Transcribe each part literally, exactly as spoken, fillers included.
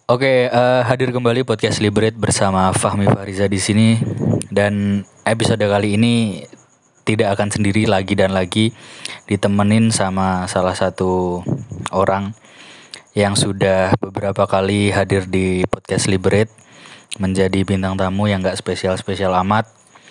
Oke, eh, hadir kembali podcast Liberate bersama Fahmi Fariza di sini, dan episode kali ini tidak akan sendiri lagi dan lagi, ditemenin sama salah satu orang yang sudah beberapa kali hadir di podcast Liberate menjadi bintang tamu yang gak spesial-spesial amat.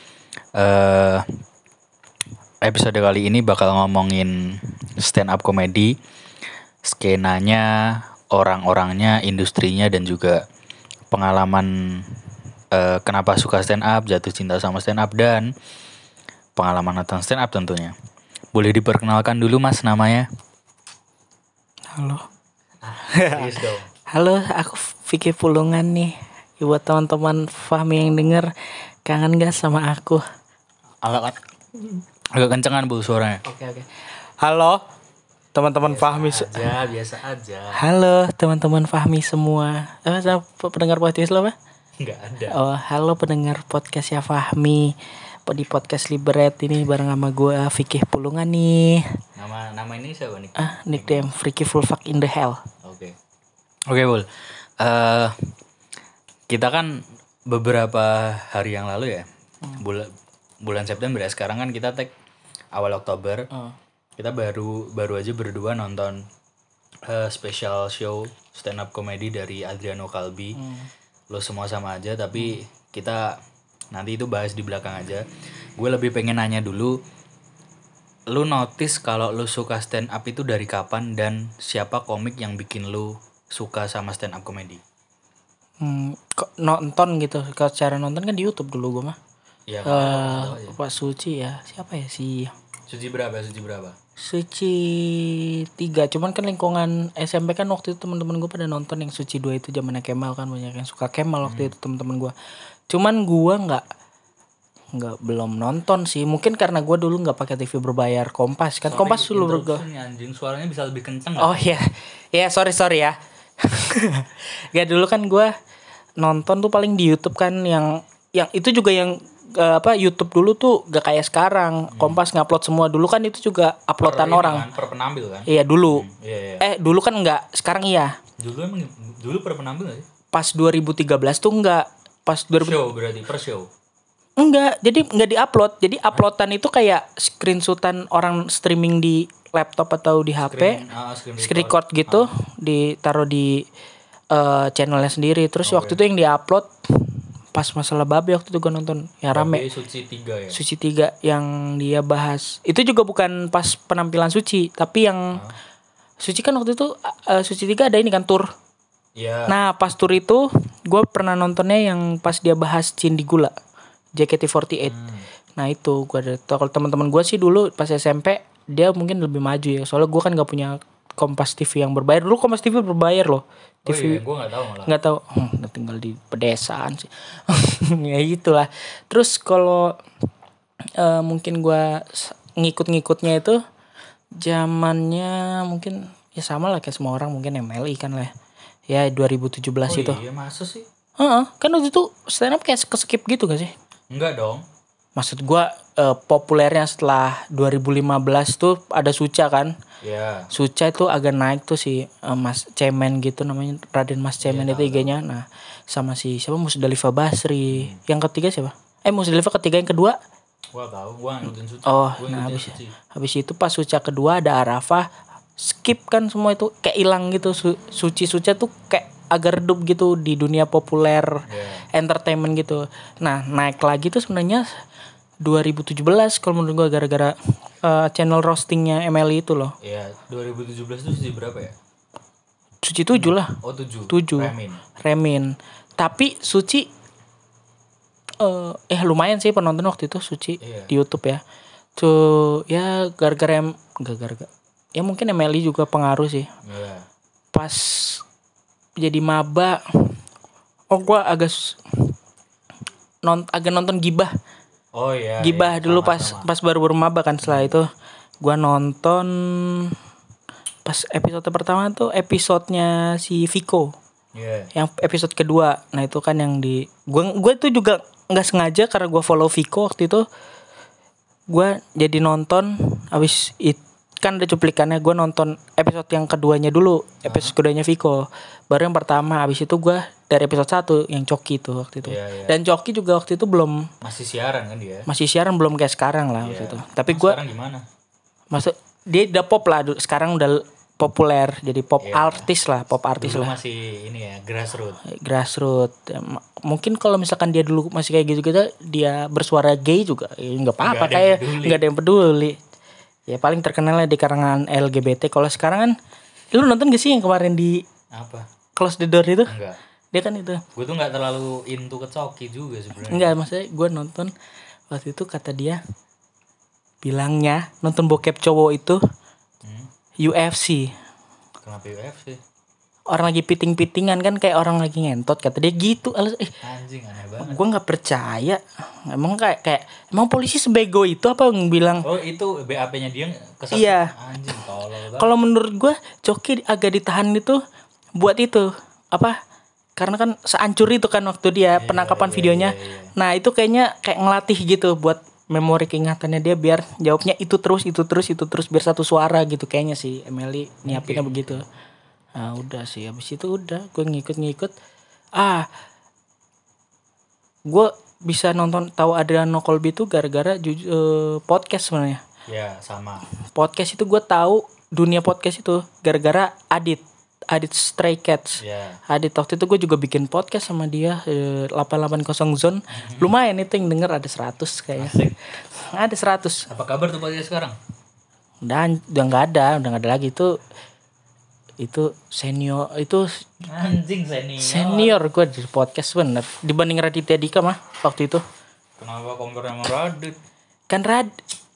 Eh, episode kali ini bakal ngomongin stand up comedy, skenanya, orang-orangnya, industrinya, dan juga pengalaman uh, kenapa suka stand up, jatuh cinta sama stand up, dan pengalaman nonton stand up tentunya. Boleh diperkenalkan dulu Mas namanya? Halo. Serius dong. Halo, aku Vicky Pulungan nih. Ya, buat teman-teman Fahmi yang denger, kangen gak sama aku? Agak agak kencengan Bu suaranya. Oke oke. Halo, teman-teman Fahmi. Aja, biasa aja. Halo, teman-teman Fahmi semua. Eh, sama pendengar podcast lo apa? Enggak ada. Oh, halo pendengar podcastnya Fahmi. Di podcast Liberate ini bareng sama gue Vicky Pulungan nih. Nama nama ini siapa nih? Ah, nickname Freaky Full Fuck in the Hell. Oke. Oke, Bul. Eh kita kan beberapa hari yang lalu ya, hmm. bulan bulan September ya. Sekarang kan kita tag awal Oktober. Hmm. Kita baru baru aja berdua nonton uh, special show stand up comedy dari Adriano Calbi. Hmm. Lo semua sama aja, tapi hmm. kita nanti itu bahas di belakang aja. Gue lebih pengen nanya dulu, lu notice kalau lu suka stand up itu dari kapan, dan siapa komik yang bikin lu suka sama stand up comedy? Hmm, kok nonton gitu, kalau cara nonton kan di YouTube dulu gue mah. Ya, uh, Pak Suci ya, siapa ya si? Suci berapa? Suci berapa? Suci tiga, cuman kan lingkungan S M P kan waktu itu teman-teman gue pada nonton yang Suci dua itu zamannya Kemal kan, banyak yang suka Kemal waktu hmm. itu teman-teman gue. Cuman gue nggak nggak belum nonton sih, mungkin karena gue dulu nggak pakai T V berbayar Kompas kan. Sorry, Kompas dulu berga. Anjing suaranya bisa lebih kencang. Oh iya, ya sorry sorry ya. Ya dulu kan gue nonton tuh paling di YouTube kan, yang yang itu juga yang Uh, apa YouTube dulu tuh gak kayak sekarang. hmm. Kompas ngupload semua. Dulu kan itu juga uploadan per orang kan, per penambil kan. Iya dulu. hmm. iya, iya. Eh dulu kan enggak, sekarang iya. Dulu emang dulu per penambil gak sih? Pas dua ribu tiga belas tuh enggak. Pas dua ribu show berarti per show. Enggak, jadi enggak di-upload. Jadi uploadan itu kayak screenshotan orang streaming di laptop atau di H P. Screen, uh, screen, screen record, record gitu, uh. ditaruh di uh, channelnya sendiri. Terus okay. waktu itu yang di-upload pas masalah babe, waktu itu gue nonton ya rame. Babe Suci tiga ya. Suci tiga yang dia bahas. Itu juga bukan pas penampilan Suci, tapi yang huh? Suci kan waktu itu uh, Suci tiga ada ini kan tour. Iya. Yeah. Nah, pas tour itu gue pernah nontonnya yang pas dia bahas Cindy Gula, J K T empat delapan. Hmm. Nah, itu gue ada kalau teman-teman gue sih dulu pas S M P dia mungkin lebih maju ya. Soalnya gue kan enggak punya Kompas T V yang berbayar. Dulu Kompas T V berbayar loh. T V. Oh iya, gue nggak tahu malah. Nggak tahu, hmm, tinggal di pedesaan sih. Ya gitulah. Terus kalau uh, mungkin gue ngikut-ngikutnya itu zamannya mungkin ya sama lah kayak semua orang, mungkin M L I kan lah. Ya dua ribu tujuh belas oh, itu. Oh iya, masa sih? Heeh, uh-uh, kan waktu itu stand up kayak ke-skip gitu gak sih? Enggak dong. Maksud gue uh, populernya setelah dua ribu lima belas tuh ada Suca kan. Iya. Yeah. Suca itu agak naik tuh si uh, Mas Cemen gitu namanya, Raden Mas Cemen yeah, itu I G-nya. Nah, sama si siapa Musdalifah Basri. Hmm. Yang ketiga siapa? Eh Musdalifah ketiga, yang kedua? Gua tahu, gua ngikutin Suca. Oh, gua nah habis Suci. habis itu pas Suca kedua ada Arafah, skip kan semua itu kayak hilang gitu. Su- Suci Suca tuh kayak agak redup gitu di dunia populer, yeah. entertainment gitu. Nah, naik lagi tuh sebenarnya dua ribu tujuh belas kalau menurut gue, gara-gara uh, channel roastingnya M L I itu loh. Iya, dua ribu tujuh belas itu Suci berapa ya? Suci tujuh lah. Oh tujuh. tujuh. Remin. Remin. Tapi Suci uh, eh lumayan sih penonton waktu itu Suci iya. Di YouTube ya. Tuh ya gara-gara em, gak gara-gara. Ya mungkin M L I juga pengaruh sih. Iya. Pas jadi maba, oh gue agak non agak nonton Gibah. Oh iya. Gibah iya, dulu sama, pas sama. pas baru bermaba kan. Setelah itu gua nonton pas episode pertama tuh episodenya si Viko. Yeah. Yang episode kedua. Nah, itu kan yang di gua gua tuh juga enggak sengaja karena gua follow Viko waktu itu. Gua jadi nonton habis it, kan ada cuplikannya. Gue nonton episode yang keduanya dulu, episode uh-huh. keduanya Viko. Baru yang pertama, abis itu gue dari episode satu yang Coki itu waktu itu. Yeah, yeah. Dan Coki juga waktu itu belum masih siaran kan dia. Masih siaran belum kayak sekarang lah yeah. waktu itu. Tapi gue sekarang gimana? Maksud dia udah pop lah, sekarang udah populer jadi pop yeah. artis lah, pop artis dulu lah. Masih ini ya, grassroots. Grassroots. Mungkin kalau misalkan dia dulu masih kayak gitu-gitu, dia bersuara gay juga, ya nggak apa-apa, kayak nggak ada yang peduli. Ya paling terkenalnya di kalangan L G B T. Kalau sekarang kan, lu nonton gak sih yang kemarin di apa? Close the Door itu? Enggak. Dia kan itu. Gue tuh nggak terlalu into ke Coki juga sebenarnya. Enggak, maksudnya gue nonton waktu itu kata dia bilangnya nonton bokep cowok itu hmm? U F C. Kenapa U F C? Orang lagi piting-pitingan kan, kayak orang lagi ngentot kata dia gitu. Alas, eh, anjing aneh banget. Gue nggak percaya. Emang kayak kayak emang polisi sebego itu apa yang bilang? Oh itu B A P-nya dia kesat. Iya. Anjing tolol. Kalau menurut gue Coki agak ditahan itu buat itu apa? Karena kan seancur itu kan waktu dia yeah, penangkapan yeah, videonya. Yeah, yeah. Nah itu kayaknya kayak ngelatih gitu buat memori keingatannya dia, biar jawabnya itu terus itu terus itu terus biar satu suara gitu kayaknya sih. Emily nyiapinnya okay. begitu. Nah udah sih, habis itu udah gue ngikut-ngikut. Ah, gue bisa nonton tahu Adriano Colby itu gara-gara ju- uh, podcast sebenarnya. Ya sama. Podcast itu gue tahu dunia podcast itu gara-gara Adit. Adit Stray Cats. Yeah. Adit waktu itu gue juga bikin podcast sama dia eh, delapan delapan nol Zone. Mm-hmm. Lumayan itu yang denger ada seratus kayaknya. Asik. Ada seratus. Apa kabar tuh podcast sekarang? Udah udah enggak ada, udah enggak ada lagi itu. Itu senior itu anjing senior. Senior gue di podcast bener dibanding Raditya Dika mah waktu itu. Kenapa compare sama Radit? Kan Rad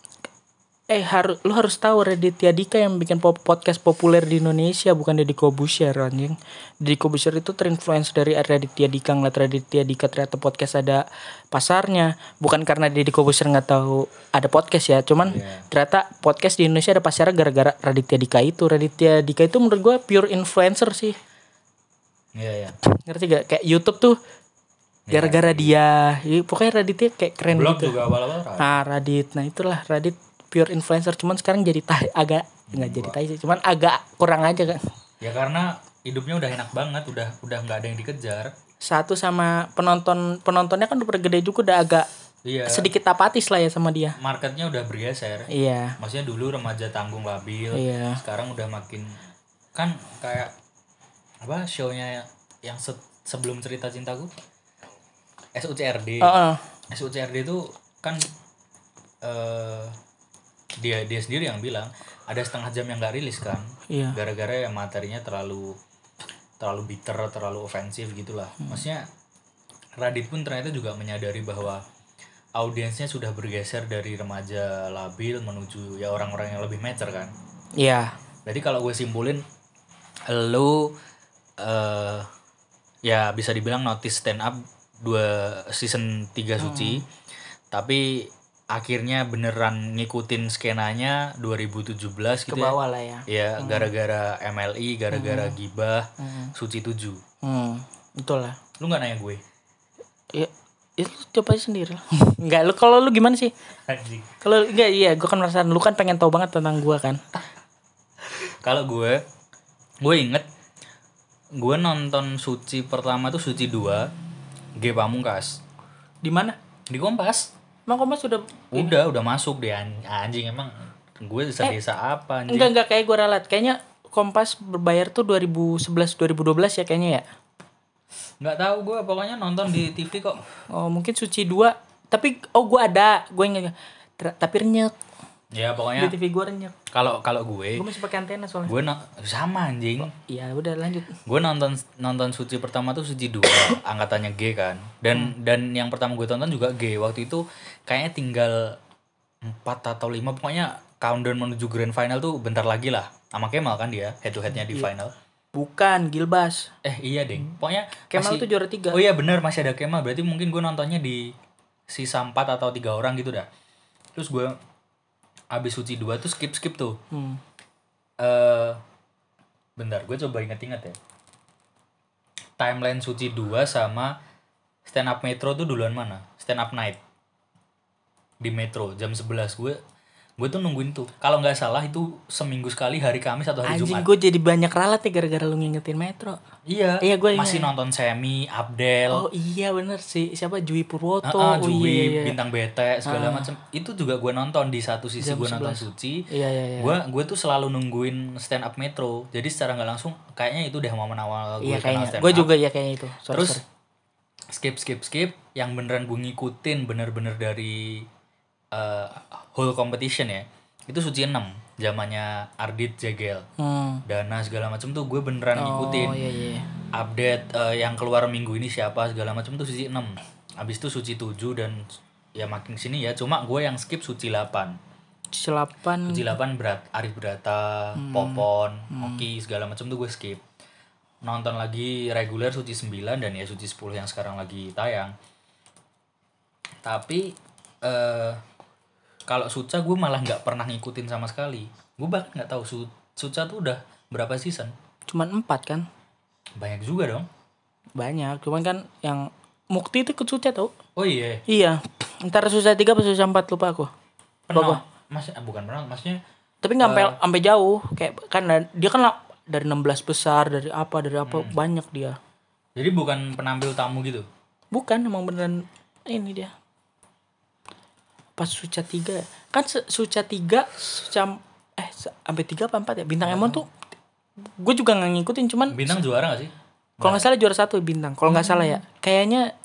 Eh harus lu harus tahu Raditya Dika yang bikin pop- podcast populer di Indonesia, bukan Deddy Corbuzier anjing. Deddy Corbuzier itu terinfluence dari Raditya Dika, ngeliat Raditya Dika ternyata podcast ada pasarnya, bukan karena Deddy Corbuzier nggak tahu ada podcast ya, cuman yeah. ternyata podcast di Indonesia ada pasarnya gara-gara Raditya Dika itu. Raditya Dika itu menurut gue pure influencer sih. Iya yeah, ya. Yeah. Ngerti gak? Kayak YouTube tuh gara-gara yeah, dia, ya, pokoknya Raditya kayak keren blog gitu. Blog juga awal-awal. Ah Radit, nah itulah Radit. Pure influencer, cuman sekarang jadi tai, agak nggak jadi tai sih, cuman agak kurang aja kan. Ya karena hidupnya udah enak banget, udah udah nggak ada yang dikejar. Satu sama penonton penontonnya kan udah gede juga, udah agak iya. sedikit apatis lah ya sama dia. Marketnya udah bergeser. Iya. Maksudnya dulu remaja tanggung labil, iya. sekarang udah makin kan kayak apa show-nya yang se- sebelum Cerita Cintaku S U C R D. Uh-uh. S U C R D itu kan uh, dia dia sendiri yang bilang ada setengah jam yang nggak rilis kan, iya. gara-gara yang materinya terlalu terlalu bitter, terlalu ofensif gitulah. Hmm. Maksudnya Radit pun ternyata juga menyadari bahwa audiensnya sudah bergeser dari remaja labil menuju ya orang-orang yang lebih mature kan. Iya. Jadi kalau gue simpulin, lu uh, ya bisa dibilang notice stand up dua season tiga Suci, hmm. tapi akhirnya beneran ngikutin skenanya dua ribu tujuh belas gitu ke bawah ya. lah ya. Ya, hmm. gara-gara M L I, gara-gara hmm. Gibah, hmm. Suci tujuh. Hmm, betul lah. Lu enggak nanya gue? Ya, ya lu coba aja sendiri lah. Enggak, lu kalau lu gimana sih? Anjing. Kalau enggak iya, gue kan merasa lu kan pengen tahu banget tentang gue kan. Kalau gue gue inget gue nonton Suci pertama tuh Suci dua G Pamungkas. Di mana? Di Kompas. Emang Kompas sudah udah udah masuk deh anjing, emang gue desa-desa eh, apa anjing. Enggak enggak kayak gue ralat. Kayaknya Kompas berbayar tuh dua ribu sebelas dua ribu dua belas ya kayaknya ya. Enggak tahu gue, pokoknya nonton di T V kok. Oh, mungkin Suci dua. Tapi oh gue ada, gue ingat. Tapi renyek. Ya pokoknya di T V gue renyek. Kalau kalau gue gue masih pakai antena soalnya. Gue no, sama anjing. Iya, udah lanjut. Gue nonton nonton Suci pertama tuh Suci dua angkatannya G kan. Dan hmm. dan yang pertama gue tonton juga G. Waktu itu kayaknya tinggal empat atau lima, pokoknya countdown menuju grand final tuh bentar lagi lah. Sama Kemal kan dia head to headnya di iya. final. Bukan, Gilbas. Eh iya deh. Pokoknya Kemal masih, tuh juara tiga. Oh iya benar, masih ada Kemal. Berarti mungkin gue nontonnya di sisa empat atau tiga orang gitu dah. Terus gue abis Suci dua tuh skip-skip tuh. Hmm. Uh, bentar, gue coba inget-inget ya. Timeline Suci dua sama Stand Up Metro tuh duluan mana? Stand Up Night. Di Metro jam sebelas gue Gue tuh nungguin tuh. Kalau nggak salah itu seminggu sekali hari Kamis atau hari Anjing, Jumat. gue jadi banyak ralat ya gara-gara lu ngingetin Metro. Iya. Iya, gue masih ingat. nonton Semi, Abdel. Oh iya bener sih. Siapa? Jui Purwoto. Uh, uh, Oh Jui, iya, iya. Bintang Bete segala macam. Itu juga gue nonton. Di satu sisi gue nonton Suci. Iya iya iya. Gue gue tuh selalu nungguin stand up Metro. Jadi secara nggak langsung kayaknya itu deh momen awal gue Iya kenal kayaknya. stand Gue up. juga ya kayaknya itu. Sorry, Terus sorry. skip skip skip yang beneran gue ngikutin bener-bener dari uh, whole competition ya. Itu Suci enam, zamannya Ardit Jegel. Hmm. Dana segala macam tuh gue beneran ngikutin. Oh iya iya. Update uh, yang keluar minggu ini siapa segala macam tuh Suci enam. Habis itu Suci tujuh dan ya makin sini ya. Cuma gue yang skip Suci delapan. Suci delapan. Suci delapan berat Arif Brata, hmm. Popon, hmm. Oki segala macam tuh gue skip. Nonton lagi reguler Suci sembilan dan ya Suci sepuluh yang sekarang lagi tayang. Tapi uh, kalau Suca gue malah nggak pernah ngikutin sama sekali. Gue bahkan nggak tahu Su- Suca tuh udah berapa season. Cuman empat kan? Banyak juga dong. Banyak. Cuman kan yang Mukti itu ikut Suca tau? Oh iya. Iya. Ntar Suca tiga atau Suca empat lupa aku. Pernah. Mas, eh, bukan pernah. Maksudnya. Tapi nggak sampai uh, sampai jauh. Kayak kan dia kan dari enam belas besar dari apa dari apa hmm. banyak dia. Jadi bukan penampil tamu gitu? Bukan, emang beneran ini dia. Pas Suca tiga kan Suca tiga Suca eh sampai tiga apa empat ya Bintang Emon tuh gue juga nggak ngikutin cuman Bintang juara nggak sih? Kalau nggak salah juara satu Bintang kalau nggak hmm. salah ya kayaknya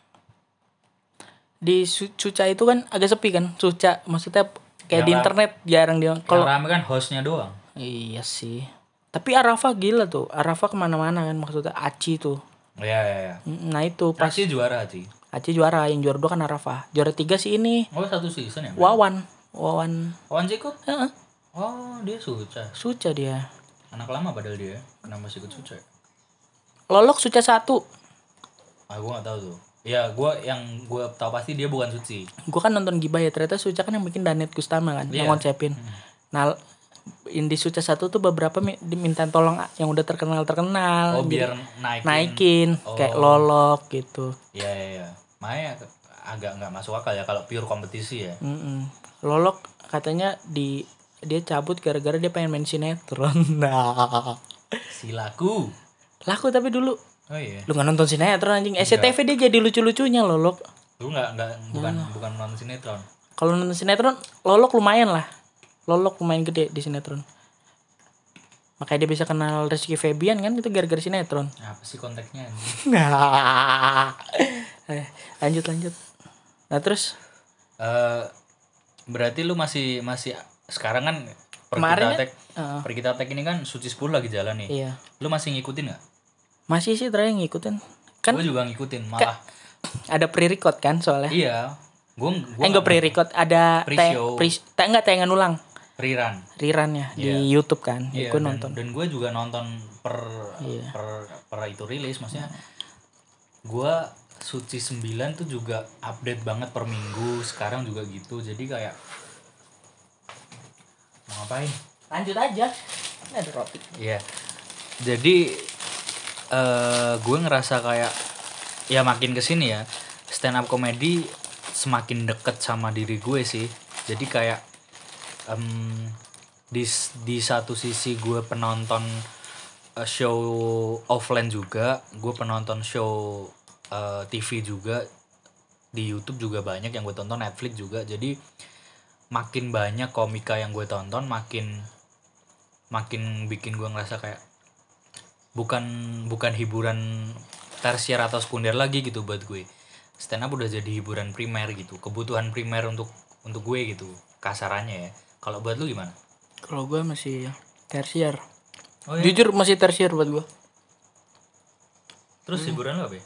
di Suca itu kan agak sepi kan Suca maksudnya kayak yang di ram- internet jarang dia kalau rame kan hostnya doang. Iya sih tapi Arafa gila tuh Arafa kemana-mana kan maksudnya Aci tuh. Iya iya iya. Nah itu pas Aci juara Aci. Aci juara, yang juara dua kan Arafa. Juara tiga sih ini. Oh satu season ya? Wawan. Wawan. Wawan sih ikut? Heeh. Oh dia Suca. Suca dia. Anak lama padahal dia. Kenapa masih ikut Suca? Lolok Suca satu. Ah gue gak tahu tuh. Ya gue yang gue tahu pasti dia bukan Suci. Gue kan nonton Gibah ya ternyata Suca kan yang bikin Danet Kustama kan. Yeah. Yang konsepin. Hmm. Nah di Suca satu tuh beberapa diminta tolong yang udah terkenal-terkenal. Oh biar naikin. Naikin. Oh. Kayak Lolok gitu. Iya iya iya. Makanya agak nggak masuk akal ya kalau pure kompetisi ya. Mm-mm. Lolok katanya di dia cabut gara-gara dia pengen main sinetron. Nah. Si laku. Laku tapi dulu. Oh iya. Lu nggak nonton sinetron anjing. S C T V dia jadi lucu-lucunya Lolok. Lu nggak nggak bukan nah. bukan nonton sinetron. Kalau nonton sinetron Lolok lumayan lah. Lolok lumayan gede di sinetron. Makanya dia bisa kenal Rizky Febian kan itu gara-gara sinetron. Apa sih konteksnya? Nah. lanjut lanjut. Nah terus uh, berarti lu masih masih sekarang kan kemarin Perkita kan, uh, Perkita Tek ini kan Suci sepuluh lagi jalan nih. Iya. Lu masih ngikutin enggak? Masih sih terakhir ngikutin. Kan gue juga ngikutin malah. Ada pre-record kan soalnya. Iya. Gue gue enggak pre-record ada pre-show. Pre, pre, enggak tayangan ulang. Rerun. Rerun ya yeah. di YouTube kan. Yeah, gue dan, nonton. Dan gue juga nonton per yeah. per per itu rilis maksudnya. Gue Suci sembilan tuh juga update banget per minggu. Sekarang juga gitu. Jadi kayak mau ngapain? Lanjut aja. Ini ada roti. Iya. Yeah. Jadi uh, gue ngerasa kayak ya makin kesini ya stand up comedy semakin deket sama diri gue sih. Jadi kayak Um, di di satu sisi gue penonton uh, show offline juga, gue penonton show uh, T V juga, di YouTube juga banyak yang gue tonton, Netflix juga. Jadi makin banyak komika yang gue tonton, makin makin bikin gue ngerasa kayak bukan bukan hiburan tersier atau sekunder lagi gitu buat gue. Stand up udah jadi hiburan primer gitu, kebutuhan primer untuk untuk gue gitu kasarannya ya. Kalau buat lu gimana? Kalau gue masih tersier. Oh, iya? Jujur masih tersier buat gue. Terus hmm. hiburan lu apa ya?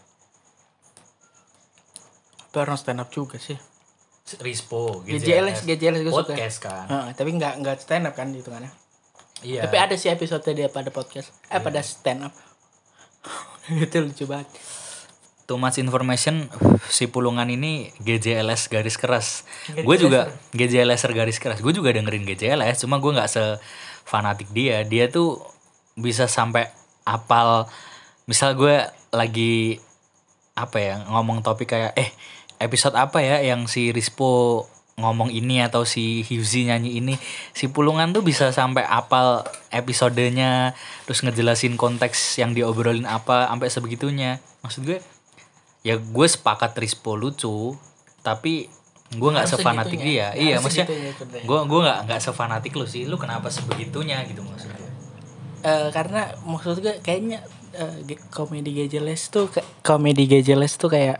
Pernah stand up juga sih. Rispo, G J L S, G J L S gue suka. Podcast kan. Nah, tapi nggak nggak stand up kan hitungannya. Iya. Tapi ada sih episode dia pada podcast, eh iya. pada stand up. Itu lucu banget. Too much information, si Pulungan ini G J L S garis keras. Gue juga G J L S garis keras. Gue juga dengerin G J L S, cuma gue nggak sefanatik dia. Dia tuh bisa sampai apal. Misal gue lagi apa ya ngomong topik kayak eh episode apa ya yang si Rispo ngomong ini atau si Hifzi nyanyi ini, si Pulungan tuh bisa sampai apal episodenya, terus ngejelasin konteks yang diobrolin apa sampai sebegitunya. Maksud gue ya gue sepakat Rispo lucu, tapi gue nggak Harus sefanatik segitunya. dia. Iya, Harus maksudnya segitunya itu deh. gue gue nggak nggak sefanatik lu sih. Lu kenapa sebegitunya gitu maksud gue? Eh, karena maksud gue kayaknya eh, ge- komedi Gejeles tuh kayak komedi Gejeles tuh kayak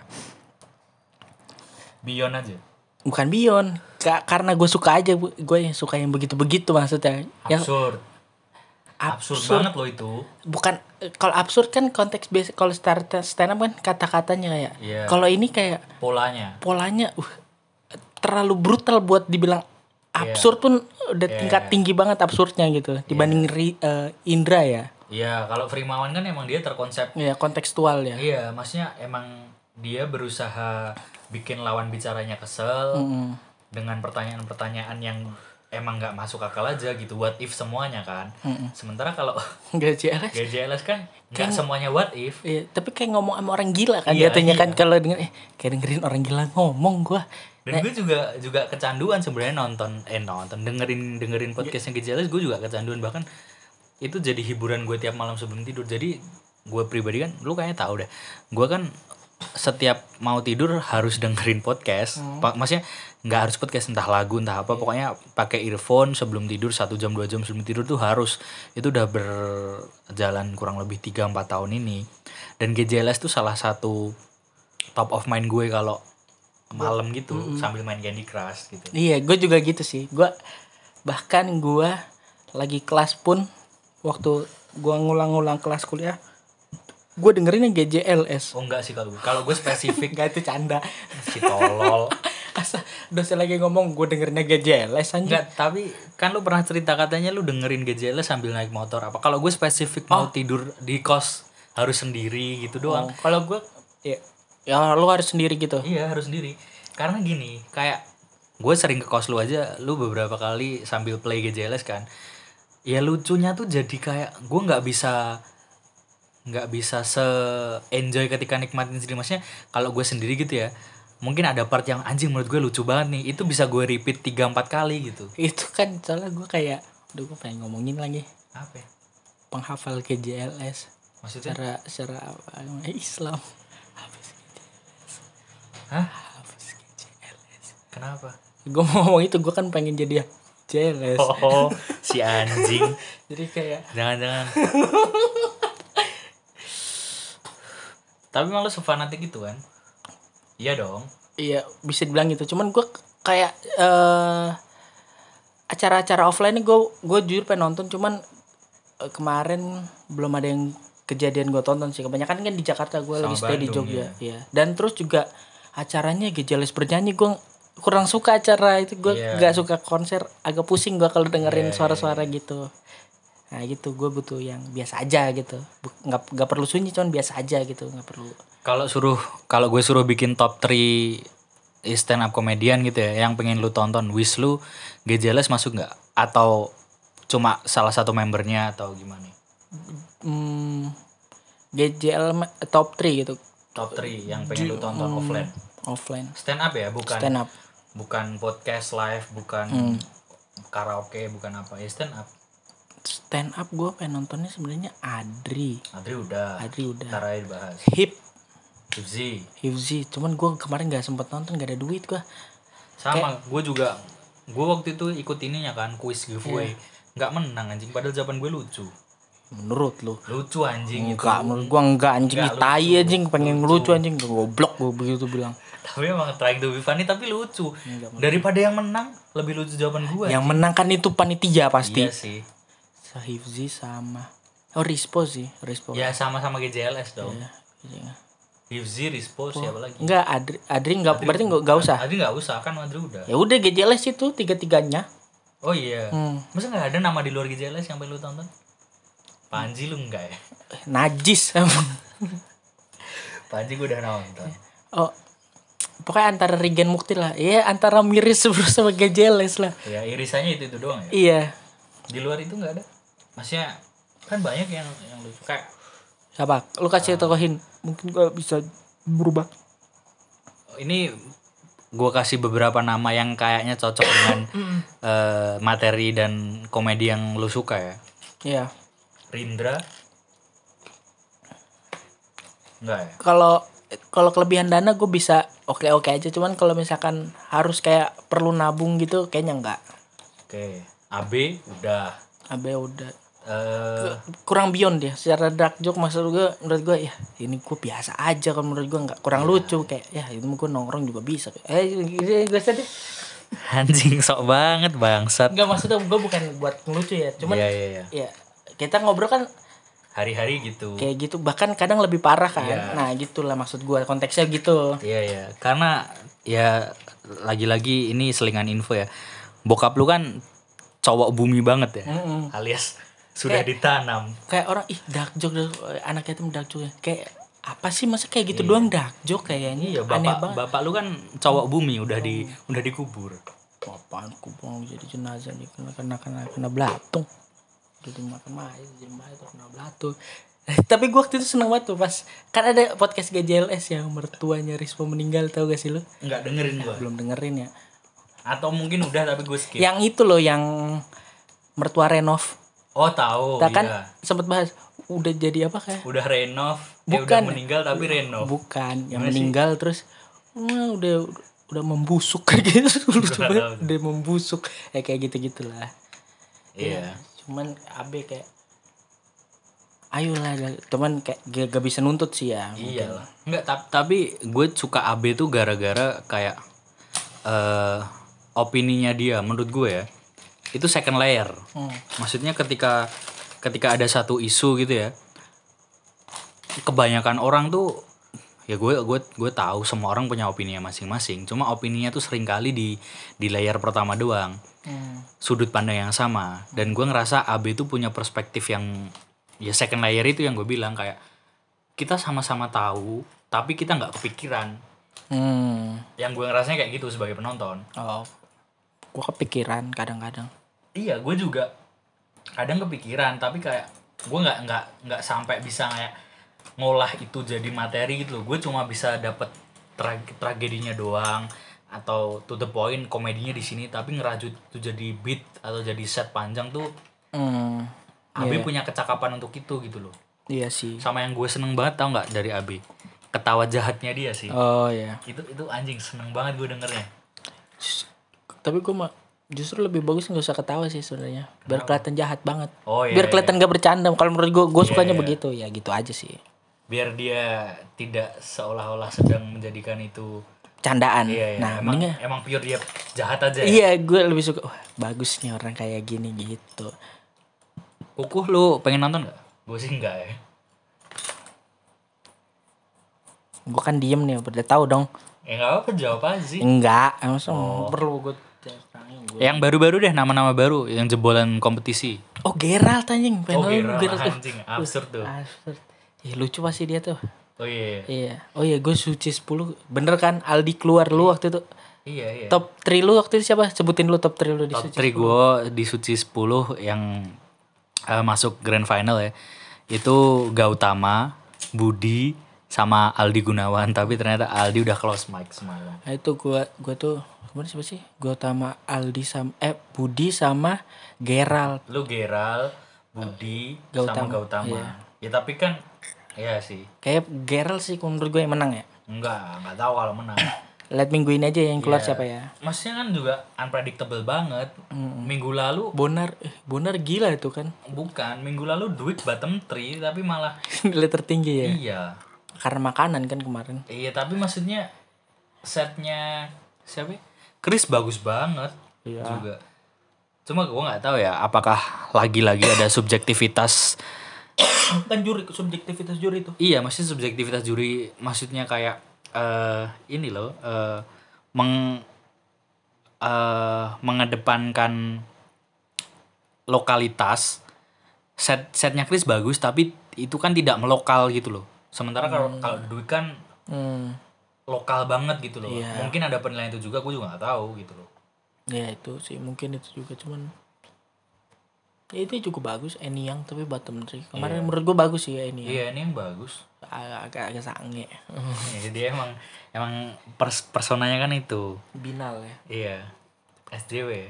Beyond aja. bukan Bion. Ka- karena gue suka aja, gue yang suka yang begitu-begitu maksudnya. Yang Absurd. Absurd, absurd banget lo itu. bukan eh, kalau absurd kan konteks basic, kalau stand stand up kan kata-katanya kayak. Iya. Kalau ini kayak Polanya. polanya uh terlalu brutal buat dibilang absurd pun udah Yeah. tingkat tinggi banget absurdnya gitu dibanding Ri- eh, Indra ya. Iya, kalau Frimawan kan emang dia terkonsep. Ya kontekstual ya. Iya, maksudnya emang dia berusaha bikin lawan bicaranya kesel Mm. dengan pertanyaan-pertanyaan yang emang nggak masuk akal aja gitu, what if semuanya kan. Sementara kalau G J L S. G J L S kan nggak semuanya what if. Iya, tapi kayak ngomong sama orang gila kan Iya, jatuhnya iya. kan kalau denger eh kayak dengerin orang gila ngomong gua. Dan gue juga juga kecanduan sebenarnya nonton eh nonton dengerin dengerin podcastnya G J L S, gue juga kecanduan, bahkan itu jadi hiburan gue tiap malam sebelum tidur. Jadi gue pribadi kan, lu kayaknya tahu deh, gue kan setiap mau tidur harus dengerin podcast. Pa- maksudnya nggak harus podcast, entah lagu entah apa, pokoknya pakai earphone sebelum tidur satu jam dua jam sebelum tidur tuh harus. Itu udah berjalan kurang lebih tiga empat tahun ini, dan G J L S tuh salah satu top of mind gue kalau malam gitu sambil main Candy Crush gitu. Iya, gue juga gitu sih. Gua bahkan gua lagi kelas pun waktu gua ngulang-ngulang kelas kuliah, gua dengerinnya G J L S. Oh enggak sih, kalau gue kalau gue spesifik Gak itu canda. si tolol. Asa dosen lagi ngomong gue dengerinnya G J L S anjing. Enggak, tapi kan lu pernah cerita katanya lu dengerin G J L S sambil naik motor apa. Kalau gue spesifik mau tidur di kos harus sendiri gitu doang. Oh, kalau gue ya ya lu harus sendiri gitu. Iya, harus sendiri. Karena gini, kayak gue sering ke kos lu aja, lu beberapa kali sambil play G J L S kan. Ya lucunya tuh jadi kayak gue nggak bisa nggak bisa se enjoy ketika nikmatin sendiri. Maksudnya kalau gue sendiri gitu ya, mungkin ada part yang anjing menurut gue lucu banget nih, itu bisa gue repeat tiga empat kali gitu. Itu kan soalnya gue kayak aduh gue pengen ngomongin lagi Apa ya? penghafal G J L S Maksudnya? secara secara apa, Islam. Hah? Hafaz G J L S. Kenapa? Gue mau ngomong itu, gue kan pengen jadi G J L S. Oh, si anjing. Jadi kayak Jangan-jangan. Tapi malu sefanatik itu kan? Iya dong. iya bisa dibilang gitu. Cuman gue kayak eh acara-acara offline gue gue jujur pengen nonton, cuman eh, kemarin belum ada yang kejadian gue tonton sih. Kebanyakan kan di Jakarta, gue lagi stay di Bandung, Jogja. Iya. Dan terus juga acaranya G J L S bernyanyi, gue kurang suka acara itu. Gue Iya. nggak suka konser, agak pusing gue kalau dengerin Iya, suara-suara gitu. Nah gitu, gue butuh yang biasa aja gitu. Bu- nggak nggak perlu sunyi, cuman biasa aja gitu, nggak perlu. Kalau suruh kalau gue suruh bikin top tiga stand up comedian gitu ya, yang pengen lu tonton, wish lu G J L S masuk nggak? Atau cuma salah satu membernya atau gimana? Hmm, G J L ma- top tiga gitu, Top tiga yang pengen lu tonton offline. offline. Stand up ya, bukan Stand up. bukan podcast live, bukan karaoke, bukan apa ya, stand up. Stand up gue pengen nontonnya sebenarnya Adri. Adri udah. Adri udah. Ntar aja dibahas. Hip, Hifzi. Hifzi. Cuman gue kemarin nggak sempet nonton, gak ada duit gue. Sama, gue juga. Gue waktu itu ikut ininya kan, quiz giveaway. Nggak menang anjing, padahal jawaban gue lucu. Menurut lu? Lucu anjing itu. Enggak, menurut gue enggak anjing. Enggak, Ih, tai lucu. anjing, pengen lucu anjing. Goblok gue begitu bilang. Tapi emang trying to be funny tapi lucu. Daripada yang menang, lebih lucu jawaban gue. Yang menang kan itu panitia pasti. Iya sih. Hifzi sama oh Rispo sih, Rispo. Ya sama-sama G J L S dong. Iya, iya. Hifzi, Rispo, siapa lagi? Enggak, Adri, Adri enggak, berarti enggak, enggak usah. Adri nggak usah, kan Adri udah. Ya udah G J L S itu tiga-tiganya. Oh iya. Hmm. Masa nggak ada nama di luar G J L S yang pengen lu tonton? Panji lu enggak ya? Eh, Najis emang. Panji gue udah nonton. Oh, pokoknya antara Regen Mukti lah. Iya, antara Miris Subrus sama G J L S lah. Ya irisannya itu itu doang ya. Iya. Di luar itu nggak ada. Maksudnya kan banyak yang yang lucu kayak Siapa? Lu kasih tokohin. Mungkin gua bisa berubah. ini gue kasih beberapa nama yang kayaknya cocok dengan uh, materi dan komedi yang lu suka ya. Iya. Rindra. Enggak ya? Kalau kalau kelebihan dana gue bisa oke-oke aja, cuman kalau misalkan harus kayak perlu nabung gitu kayaknya enggak. Oke, A B udah. A B udah. Uh, kurang beyond dia secara dark joke, maksud gue menurut gue ya ini gue biasa aja, kalau menurut gue nggak kurang ya. Lucu kayak ya itu gue nongkrong juga bisa eh gue sedih anjing sok banget bangsat. Nggak, maksudnya gue bukan buat ngelucu ya, cuman ya, ya, ya. ya kita ngobrol kan hari-hari gitu kayak gitu, bahkan kadang lebih parah kan ya. Nah gitulah maksud gue, konteksnya gitu. Iya ya, karena ya lagi-lagi ini selingan info ya, bokap lu kan cowok bumi banget ya, mm-hmm. alias sudah kayak, ditanam. Kayak orang ih dark joke, anaknya itu dark joke. Kayak apa sih masa kayak gitu iya. doang dark joke kayaknya. Iya, bapak, aneh banget. Bapak lu kan cowok bumi udah oh. di udah dikubur. Apaan kubur jadi jenazah nih kena kena kena kena belatung. Udah dimakan mayat jadi mayat kena belatung. Tapi gue waktu itu seneng banget tuh pas kan ada podcast G J L S yang mertuanya Rispo meninggal, tau gak sih lu? Enggak dengerin gue. Belum dengerin ya. Atau mungkin udah tapi gue skip. Yang itu loh yang mertua Renov. Oh tahu, kita kan iya. Sempet bahas udah jadi apa kayak? Udah renov, bukan, eh, udah meninggal tapi renov. Bukan, yang Gimana meninggal sih? Terus wah, udah udah membusuk kayak gitu, udah, udah membusuk, ya kayak gitu gitulah. Iya. Ya, cuman Abe kayak, ayolah, teman kayak gak, gak bisa nuntut sih ya. Iya lah. Enggak, tapi gue suka Abe tuh gara-gara kayak uh, opininya dia, menurut gue ya. Itu second layer. Hmm. Maksudnya ketika ketika ada satu isu gitu ya, kebanyakan orang tuh ya gue gue gue tahu semua orang punya opininya masing-masing. Cuma opininya tuh sering kali di di layer pertama doang. Hmm. Sudut pandang yang sama. Dan gue ngerasa A B itu punya perspektif yang ya second layer itu yang gue bilang kayak kita sama-sama tahu tapi kita nggak kepikiran. Hmm. Yang gue ngerasanya kayak gitu sebagai penonton. Oh. Gue kepikiran kadang-kadang. Iya, gue juga kadang kepikiran, tapi kayak gue nggak nggak nggak sampai bisa kayak ngolah itu jadi materi gitu loh. Gue cuma bisa dapet tra- tragedinya doang atau to the point komedinya di sini, tapi ngerajut itu jadi beat atau jadi set panjang tuh. Mm, Abi yeah. punya kecakapan untuk itu gitu loh. Iya sih. Sama yang gue seneng banget tau nggak dari Abi, ketawa jahatnya dia sih. Oh iya. Itu itu anjing seneng banget gue dengernya. Tapi gue mah justru lebih bagus nggak usah ketawa sih sebenarnya, biar kelihatan jahat banget. Oh, iya, biar kelihatan iya. Gak bercanda. Kalau menurut gue, gue iya, sukanya iya. begitu ya, gitu aja sih. Biar dia tidak seolah-olah sedang menjadikan itu candaan. Iya, iya. Nah, emang, mendingan, emang pure dia jahat aja. Iya, ya? Gue lebih suka. Wah, bagus nih orang kayak gini gitu. Kukuh lu pengen nonton nggak? Gue sih enggak ya. Gue kan diem nih, udah tahu dong. Ya nggak apa-apa, jawab aja sih. Enggak, langsung oh. perlu gue. Yang baru-baru deh, nama-nama baru yang jebolan kompetisi. Oh, Geralt anjing. Oh, Geralt anjing, absurd tuh. Absurd. Ya lucu pasti dia tuh. Oh iya. Iya. Oh iya, gue Suci sepuluh. Bener kan Aldi keluar lu waktu itu? Iya, iya. Top tiga lu waktu itu siapa? Sebutin lu top tiga lu di top Suci sepuluh. Top tiga gue di Suci sepuluh yang uh, masuk grand final ya. Itu Gautama, Budi, sama Aldi Gunawan. Tapi ternyata Aldi udah close mic semalam. Nah, itu gue gue tuh kemarin siapa sih? Gautama, Aldi sama eh Budi sama Geralt. Lu Geralt, Budi, Gautama. sama Gautama. Iya. Ya tapi kan iya sih. Kayak Geralt sih menurut gue yang menang ya. Enggak, enggak tahu kalau menang. Lihat minggu ini aja yang keluar yeah. siapa ya. Maksudnya kan juga unpredictable banget. Mm. Minggu lalu Bonar eh Bonar gila itu kan. Bukan, minggu lalu duit bottom three tapi malah nilai tertinggi ya. Iya. Karena makanan kan kemarin. Iya, tapi maksudnya setnya siapa? Chris bagus banget iya. juga. Cuma gue nggak tahu ya, apakah lagi-lagi ada subjektivitas kan juri, subjektivitas juri itu. Iya, maksudnya subjektivitas juri, maksudnya kayak uh, ini loh, uh, meng uh, mengedepankan lokalitas. Set setnya Chris bagus, tapi itu kan tidak melokal gitu loh. Sementara kalau hmm. kalau duit kan hmm. lokal banget gitu loh. Yeah. Mungkin ada penilaian itu juga, gue juga nggak tahu gitu loh. Ya itu sih mungkin itu juga, cuman Ya, itu cukup bagus Eni yang tapi bottom three. Kemarin menurut gue bagus sih ya ini. Iya, ini yang bagus. Agak agak sange. Ya, dia emang emang pers personanya kan itu. Binal ya. Iya. S J W.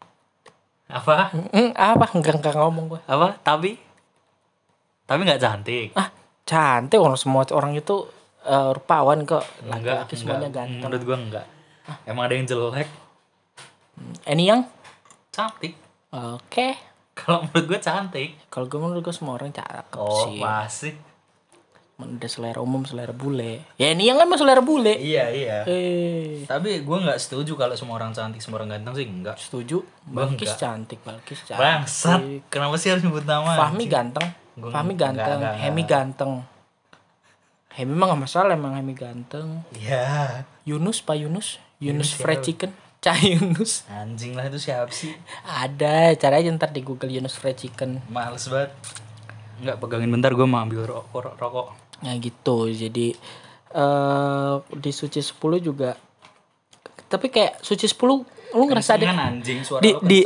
Apa? Mm, apa enggak enggak ngomong gue. Apa? Tapi tapi nggak cantik. Ah, cantik orang semua orang itu uh, rupawan kok. Enggak, Laki-laki semuanya enggak. ganteng. Menurut gua enggak. Emang ada yang jelek. Eni yang Cantik. oke. Kalau menurut gua cantik. Kalau gue menurut gue semua orang cakep Oh, sih. masih. Udah selera umum, selera bule. Ya ini yang kan mah selera bule. Iya, iya. Eh, Tapi gue nggak setuju kalau semua orang cantik, semua orang ganteng sih enggak. setuju. Gua Balkis enggak. cantik, Balkis cantik. Bangsat. Kenapa sih harus nyebut nama? Fahmi anjing? ganteng. Gua Fahmi enggak, ganteng, enggak, Hemi enggak. ganteng. Hemi mah gak masalah emang Hemi ganteng. Iya. Yunus, Pak Yunus. Yunus Yunus Fried siapa? Chicken. Cah Yunus. Anjing lah itu siapa sih? Ada, cara aja ntar di Google Yunus Fried Chicken. Males banget. Enggak, pegangin bentar gue mau ambil rokok. rokok. Nah gitu, jadi eh di Suci sepuluh juga. Tapi kayak Suci sepuluh lu ngerasa ada Kencengan, anjing, suara di lo di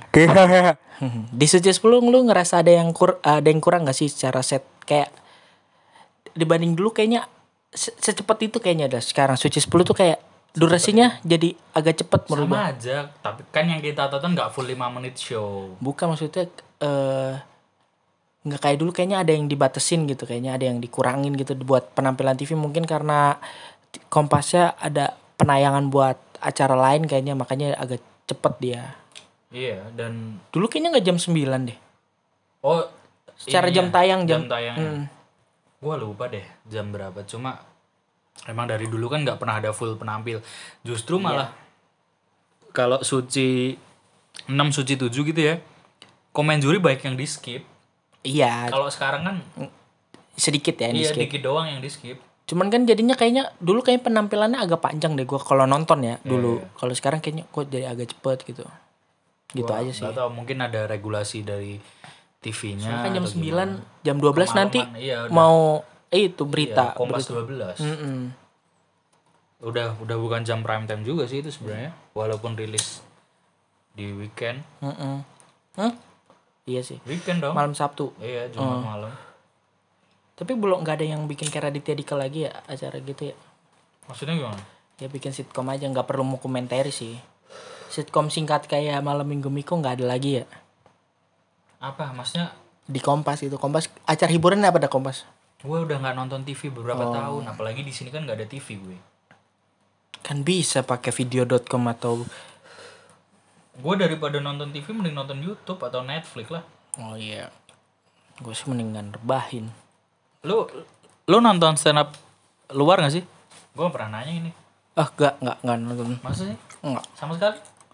kenceng. di Suci sepuluh lu ngerasa ada yang kur ada yang kurang gak sih secara set kayak dibanding dulu kayaknya se- secepat itu kayaknya ada sekarang Suci sepuluh tuh kayak durasinya jadi agak cepet menurut gua. Sama aja, tapi kan yang kita tonton nggak full lima menit show. Bukan maksudnya eh nggak kayak dulu kayaknya ada yang dibatasin gitu, kayaknya ada yang dikurangin gitu buat penampilan T V mungkin karena Kompasnya ada penayangan buat acara lain kayaknya makanya agak cepet dia. Iya, dan Dulu kayaknya nggak jam sembilan deh. oh Secara ininya, jam tayang jam, jam tayangnya. Hmm. Gua lupa deh jam berapa. Cuma emang dari dulu kan nggak pernah ada full penampil. Justru malah kalau suci enam suci tujuh gitu ya. Komen juri baik yang di skip. Iya, Kalau sekarang kan sedikit ya ini iya skip. dikit doang yang di skip. Cuman kan jadinya kayaknya dulu kayaknya penampilannya agak panjang deh gua kalau nonton ya dulu. Iya. Kalau sekarang kayaknya kok jadi agak cepet gitu. Gitu Gua aja sih. nggak tahu, mungkin ada regulasi dari T V-nya. Kan jam atau sembilan, gimana. jam dua belas nanti Kemalaman, iya, udah. mau eh itu berita. Iya, Kompas berita. dua belas. Mm-mm. Udah udah bukan jam prime time juga sih itu sebenarnya. Walaupun rilis di weekend. Mm-mm. Hah? Iya sih. Weekend dong. Malam Sabtu. Iya, Jumat malam. Tapi belum nggak ada yang bikin kayak Raditya Dika lagi ya acara gitu ya. Maksudnya gimana? Ya bikin sitkom aja nggak perlu mau komentari sih. Sitkom singkat kayak Malam Minggu Miko nggak ada lagi ya. Apa? Maksudnya Di Kompas itu Kompas acara hiburan apa ada Kompas? gue udah nggak nonton T V beberapa tahun, apalagi di sini kan nggak ada T V gue. Kan bisa pakai video dot com atau Gue daripada nonton T V mending nonton YouTube atau Netflix lah. oh iya. Gue sih mendingan rebahin. Lu lu nonton stand up luar nggak sih? Gue pernah nanya ini. Ah, enggak, enggak, enggak nonton. Masa sih? Enggak. Sama sekali?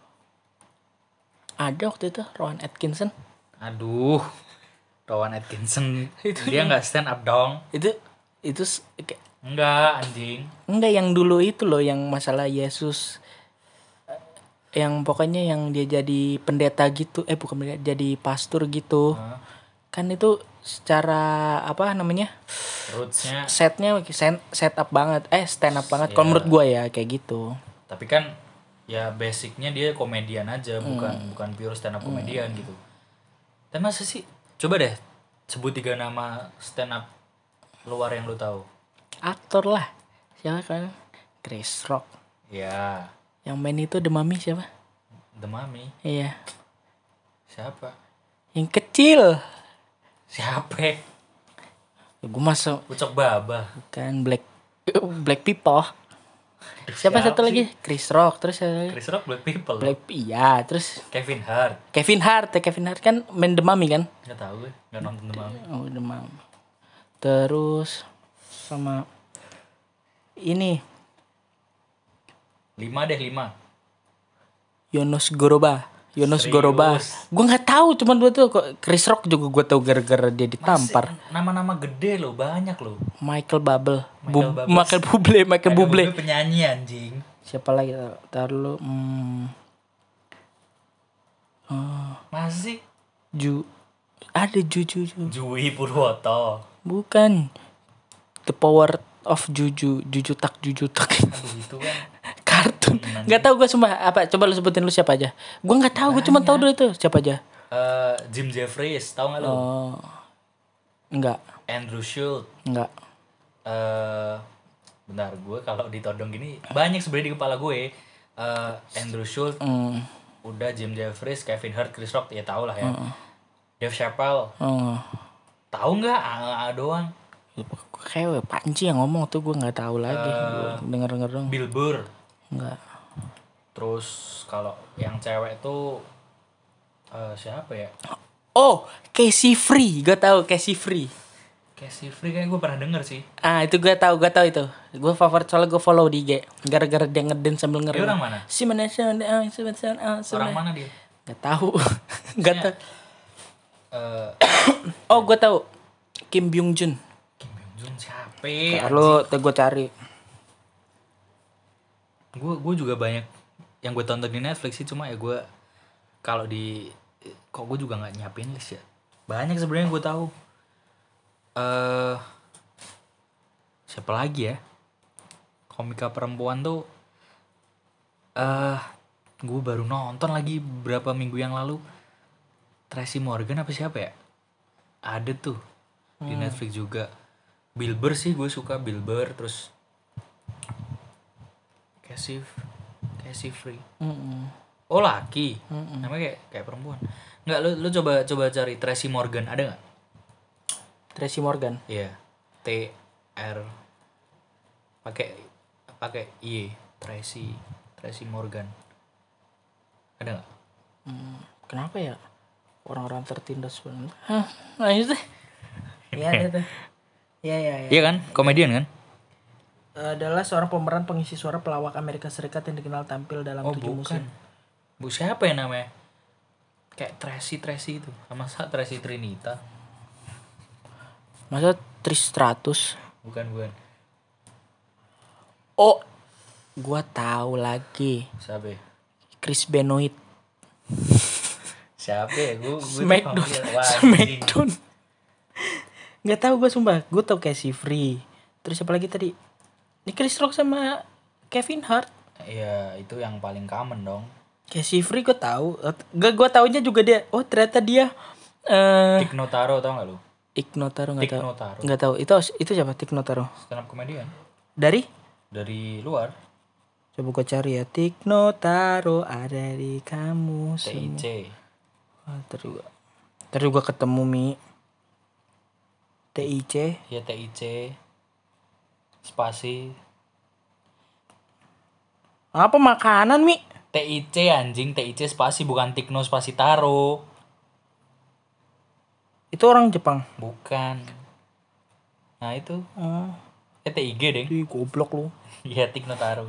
Ada waktu itu Rowan Atkinson. Aduh, Rowan Atkinson dia nggak stand up dong. Itu itu s- kayak- Enggak, anjing. enggak yang dulu itu loh yang masalah Yesus eh, yang pokoknya yang dia jadi pendeta gitu eh bukan pendeta jadi pastor gitu Hah? kan itu secara apa namanya Rootsnya. setnya set, set up banget eh stand up banget kalau Ya. menurut gue ya kayak gitu. Tapi kan ya basicnya dia komedian aja, bukan Hmm. bukan pure stand up komedian gitu. Tapi masa sih? Coba deh sebut tiga nama stand up luar yang lu tahu. Aktor lah siapa kan Chris Rock Ya, yang main itu The Mummy siapa The Mummy. iya Siapa? yang kecil Siapa? gue masuk Ucok Baba. kan Black Black People. Siapa satu sih? lagi? Chris Rock, terus siapa lagi? Chris Rock, Black People. Black iya, terus Kevin Hart. Kevin Hart, ya Kevin Hart kan main The Mummy kan? Nggak tahu gue, nggak nonton The Mummy. Oh, The Mummy. Terus sama ini Lima deh, lima. Yunus Goroba. Yunus Serius? Goroba. Gue nggak tahu, cuman gue tuh kok Chris Rock juga gue tahu gara-gara dia ditampar. Masih nama-nama gede loh, banyak loh. Michael Bubble, Michael Bu- Bubbles. Michael Bublé, Michael Bublé. penyanyi anjing. Siapa lagi? Tar dulu. Hmm, Masih Ju ada Juju Ju. Jui Purwoto. Bukan. The Power of Juju, Juju tak Juju tak. Aduh itu kan Kartun. Gak tahu gue sumpah apa. Coba lu sebutin lu siapa aja. Gue nggak tahu. Gue cuma tahu dulu itu siapa aja. Eh, Jim Jeffries, tahu nggak lu? Oh, enggak, Andrew Schultz. enggak. Eh, bentar, gue kalau ditodong gini banyak sebenarnya di kepala gue. Eh, Andrew Schultz, Hmm. udah Jim Jeffries, Kevin Hart, Chris Rock ya tau lah ya. Dave Chappelle, Oh, tahu nggak? A A doang. kayak Panji yang ngomong tuh gue nggak tahu lagi. Gua denger denger dong. Bill Burr. Enggak. Terus kalau yang cewek tuh eh, siapa ya? Oh, Casey Free, gue tahu Casey Free. Casey Free kayak gue pernah denger sih. Ah itu gue tahu, gue tahu itu. Gue favorit soalnya gue follow di I G. Gara-gara dia ngedance sambil Dia ngerum. orang mana? Si mana si mana ah, si mana si mana, ah, si Orang mana. mana dia? Gak tahu, gak tahu. Eh, Oh gue tahu, Kim Byung Jun. Kim Byung Jun siapa? Lalu tuh gue cari. Gue gue juga banyak yang gue tonton di Netflix sih, cuma ya gue kalau di kok gue juga nggak nyiapin list ya. Banyak sebenarnya gue tahu. Eh siapa lagi ya? Komika perempuan tuh eh gue baru nonton lagi berapa minggu yang lalu. Tracy Morgan apa siapa ya? Ada tuh di Netflix juga. Bill Burr sih gue suka Bill Burr, terus Casey Casey Free. Mm-mm. Oh laki, namanya kayak kayak perempuan. Nggak, lu lu coba coba cari Tracy Morgan, ada nggak? Tracy Morgan. Iya, T R pakai pakai Y, Tracy Tracy Morgan. Ada nggak? Hmm, kenapa ya orang-orang tertindas sebenarnya? Hah, nah itu. Iya ada tuh. Iya iya iya. Iya kan, komedian kan? Adalah seorang pemeran pengisi suara pelawak Amerika Serikat yang dikenal tampil dalam Oh tujuh musim. bukan, bu siapa ya namanya? Kayak Tracy Tracy itu, sama sa Tracy Trinita. Masa Tris Stratus? Bukan bukan. Oh, gua tahu lagi. Siapa? ya? Chris Benoit. Siapa ya? Gue Smackdown. Smackdown. Gak tahu gue sumpah. Gue tau Casey Free. Terus siapa lagi tadi? Ini Chris Rock sama Kevin Hart. Iya, itu yang paling common dong. Casey Free gue tahu. Gue gue taunya juga dia. Oh ternyata dia. Eh, Tik Notaro tau gak lu? Tik Notaro nggak Tik tahu. Notaro. Nggak tahu. Itu itu siapa Tik Notaro? Stand up comedian Dari? dari luar. Coba gue cari ya. Tik Notaro ada di kamu T I C. semua. Oh, ntar juga. Ntar juga ketemu Mi. T I C. Ya T I C spasi Apa makanan Mi? T I C anjing, T I C spasi bukan Tikno spasi Taro. Itu orang Jepang. Bukan. Nah itu Oh, eh, T I G deng. ih goblok lu. Iya Tikno Taro.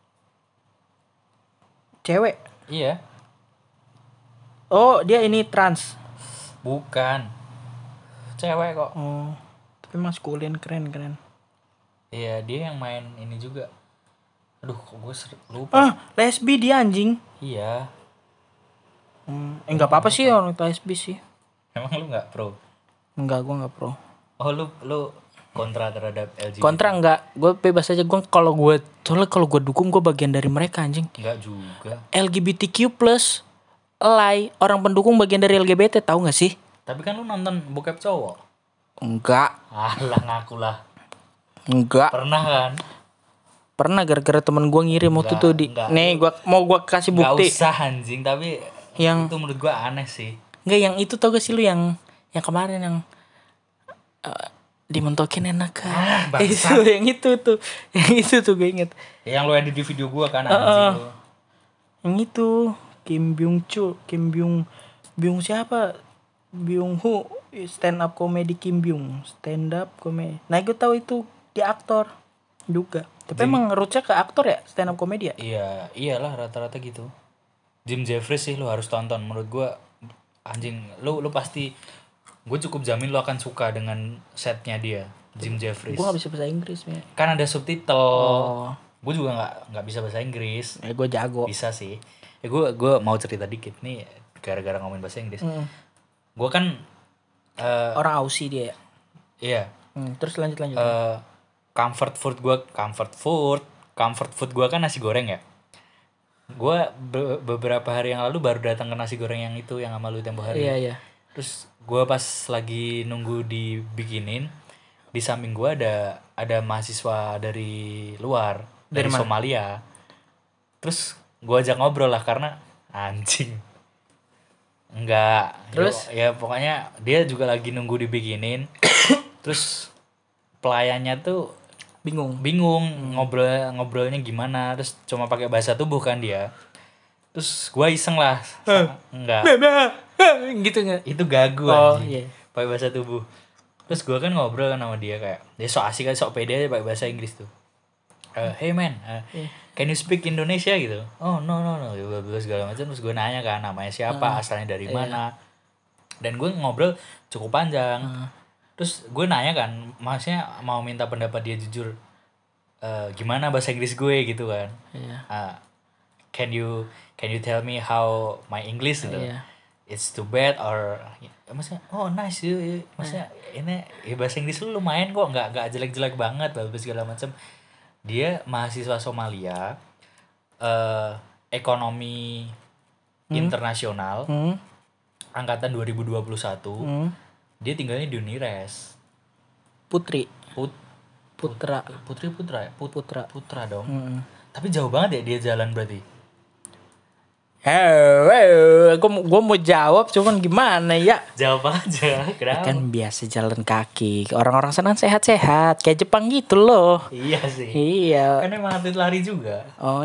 Cewek. Iya. Oh, dia ini trans. Bukan. Cewek kok. Oh, tapi maskulin keren keren. Iya dia yang main ini juga. Aduh kok gue ser- lupa. Ah, lesbi dia anjing. Iya. Hmm, eh nggak apa-apa sih orang lesbi sih. Emang lu nggak pro? Enggak, gua nggak pro. Oh lu lu kontra terhadap L G B T? Kontra enggak, gue bebas aja. Gue kalau gue soalnya kalau gue dukung gue bagian dari mereka anjing. Enggak juga. L G B T Q plus, alay, orang pendukung bagian dari L G B T, tahu nggak sih? Tapi kan lu nonton bokep cowok. Enggak, Alah ngaku lah. enggak. Pernah kan? Pernah gara-gara temen gue ngirim waktu Enggak, tuh di. enggak. Nih gua mau gue kasih Gak bukti. usah anjing, tapi Yang- itu menurut gua aneh sih. Enggak, yang itu tau gak sih lu yang yang kemarin yang eh, dimentokin enak kan? Ah, bangsat. itu yang itu tuh, yang itu tuh gue inget. Yang lu edit di video gua kan anjing lu. Yang itu Kim Byung Chul, Kim Byung Byung siapa? Byung Hu, stand up comedy Kim Byung, stand up comedy. Nah gue tahu itu dia aktor juga. Tapi emang rootsnya ke aktor ya, stand up comedy ya? Iya, iyalah rata-rata gitu. Jim Jeffries sih lu harus tonton. Menurut gua anjing, lu lu pasti gue cukup jamin lu akan suka dengan setnya dia, Jim Jeffries. Gue gak bisa bahasa Inggris ya. Kan ada subtitle. Oh, Gue juga nggak nggak bisa bahasa Inggris. ya gue jago. Bisa sih. Ya gue gue mau cerita dikit nih gara-gara ngomongin bahasa Inggris. Hmm. Gue kan eh Orang Aussie dia ya. iya Hmm, terus lanjut lanjut. eh comfort food gue comfort food comfort food gue kan nasi goreng ya. gue be- beberapa hari yang lalu baru datang ke nasi goreng yang itu yang sama lu tempo hari. Iya iya. Terus gue pas lagi nunggu dibikinin, di samping gue ada ada mahasiswa dari luar, dari, Dari mana? Somalia. Terus gue ajak ngobrol lah karena anjing. Enggak. Terus? Ya, ya pokoknya dia juga lagi nunggu dibikinin. Terus pelayannya tuh Bingung. bingung ngobrol ngobrolnya gimana, terus cuma pakai bahasa tubuh kan dia. Terus gue iseng lah. Enggak. gitu nggak? Itu gagu Oh, anjing. iya. Pakai bahasa tubuh. Terus gue kan ngobrol kan sama dia kayak dia sok asik kan, sok pede aja pakai bahasa Inggris tuh. Eh, hey man, uh, can you speak Indonesia gitu? Oh no no no, terus segala macam. Terus gue nanya kan namanya siapa, asalnya dari mana. Dan gue ngobrol cukup panjang. Terus gue nanya kan, maksudnya mau minta pendapat dia jujur, eh, gimana bahasa Inggris gue gitu kan? Iya. Uh, can you can you tell me how my English gitu? Iya. It's too bad or ya, maksudnya oh nice you, you. Maksudnya ini ya bahasa Inggris lu lumayan kok, nggak nggak jelek-jelek banget, bagus segala macam. Dia mahasiswa Somalia, eh, ekonomi internasional, Hmm. angkatan dua ribu dua puluh satu. Hmm. Dia tinggalnya di Unires. Putri. Put, Putra. Putri Putra ya? Put, Putra. Putra dong. Hmm. Tapi jauh banget ya dia jalan berarti. Hei, aku gue mau jawab cuman gimana ya? Jauh aja. Kenapa? Kan biasa jalan kaki. Orang-orang sana sehat-sehat kayak Jepang gitu loh. Iya sih. Iya. Kan emang atlet lari juga. Oh.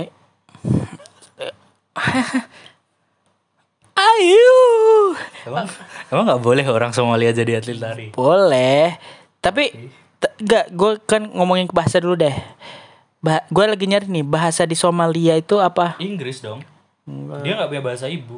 Ayo. Emang emang nggak boleh orang Somalia jadi atlet lari? Boleh. Tapi t- gak, gue kan ngomongin ke bahasa dulu deh. Bah- gue lagi nyari nih bahasa di Somalia itu apa? Inggris dong. Dia nggak punya bahasa ibu.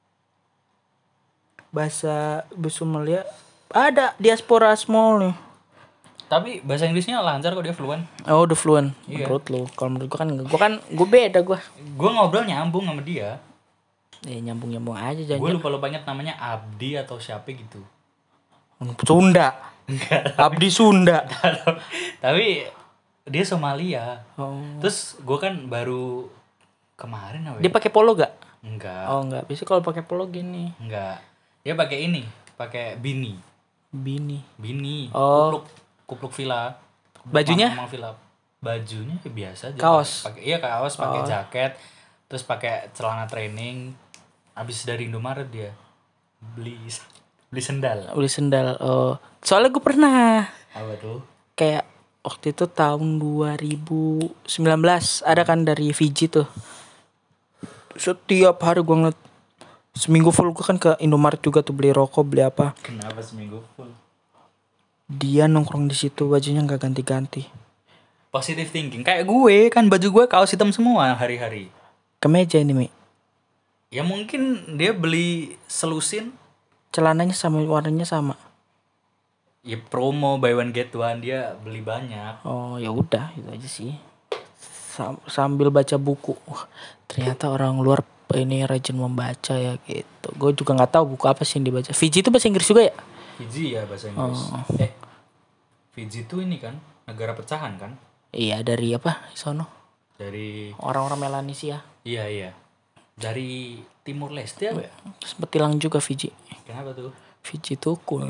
Bahasa di Somalia ada diaspora small nih. Tapi bahasa Inggrisnya lancar kok, dia fluent. Oh, udah fluent. Iya. Menurut lu. Kalau menurut gue kan gue kan gue beda gue. Gue ngobrol nyambung sama dia. Ya nyambung-nyambung aja Gue jangan. lupa lupa ingat namanya Abdi atau siapa gitu. Sunda. Abdi Sunda. Tapi dia Somalia. Oh. Terus gue kan baru kemarin apa ya? Dia pakai polo gak? Enggak. Oh enggak. Biasanya kalau pakai polo gini. Enggak. Dia pakai ini, pakai bini. Bini. Bini. Oh. Kupluk, kupluk villa. Kupluk Bajunya? Mamang villa. Bajunya ya biasa aja. Kaos? Pakai iya kaos, pakai Oh. jaket, terus pakai celana training. Habis dari Indomaret dia beli beli sendal. Beli sendal. Oh. Soalnya gue pernah Apa tuh? kayak waktu itu tahun dua ribu sembilan belas ada kan dari Fiji tuh. Setiap hari gue ngeliat seminggu full gue kan ke Indomaret juga tuh beli rokok beli apa. Kenapa seminggu full? Dia nongkrong di situ bajunya nggak ganti-ganti. Positive thinking. Kayak gue kan baju gue kaos hitam semua hari-hari. Kemeja ini Mi. Ya mungkin dia beli selusin. Celananya sama warnanya sama. Ya promo buy one get one, dia beli banyak. Oh ya udah itu aja sih. Sam- sambil baca buku. Wah, ternyata orang luar ini rajin membaca ya gitu. Gue juga nggak tahu buku apa sih yang dibaca. Fiji itu bahasa Inggris juga ya? Fiji ya bahasa Inggris. Oh. Eh, Fiji itu ini kan negara pecahan kan? Iya dari apa? Sono. Dari Orang-orang Melanesia. iya iya. Dari Timur Leste apa ya? Sempet hilang juga Fiji. Kenapa tuh? Fiji tuh cool.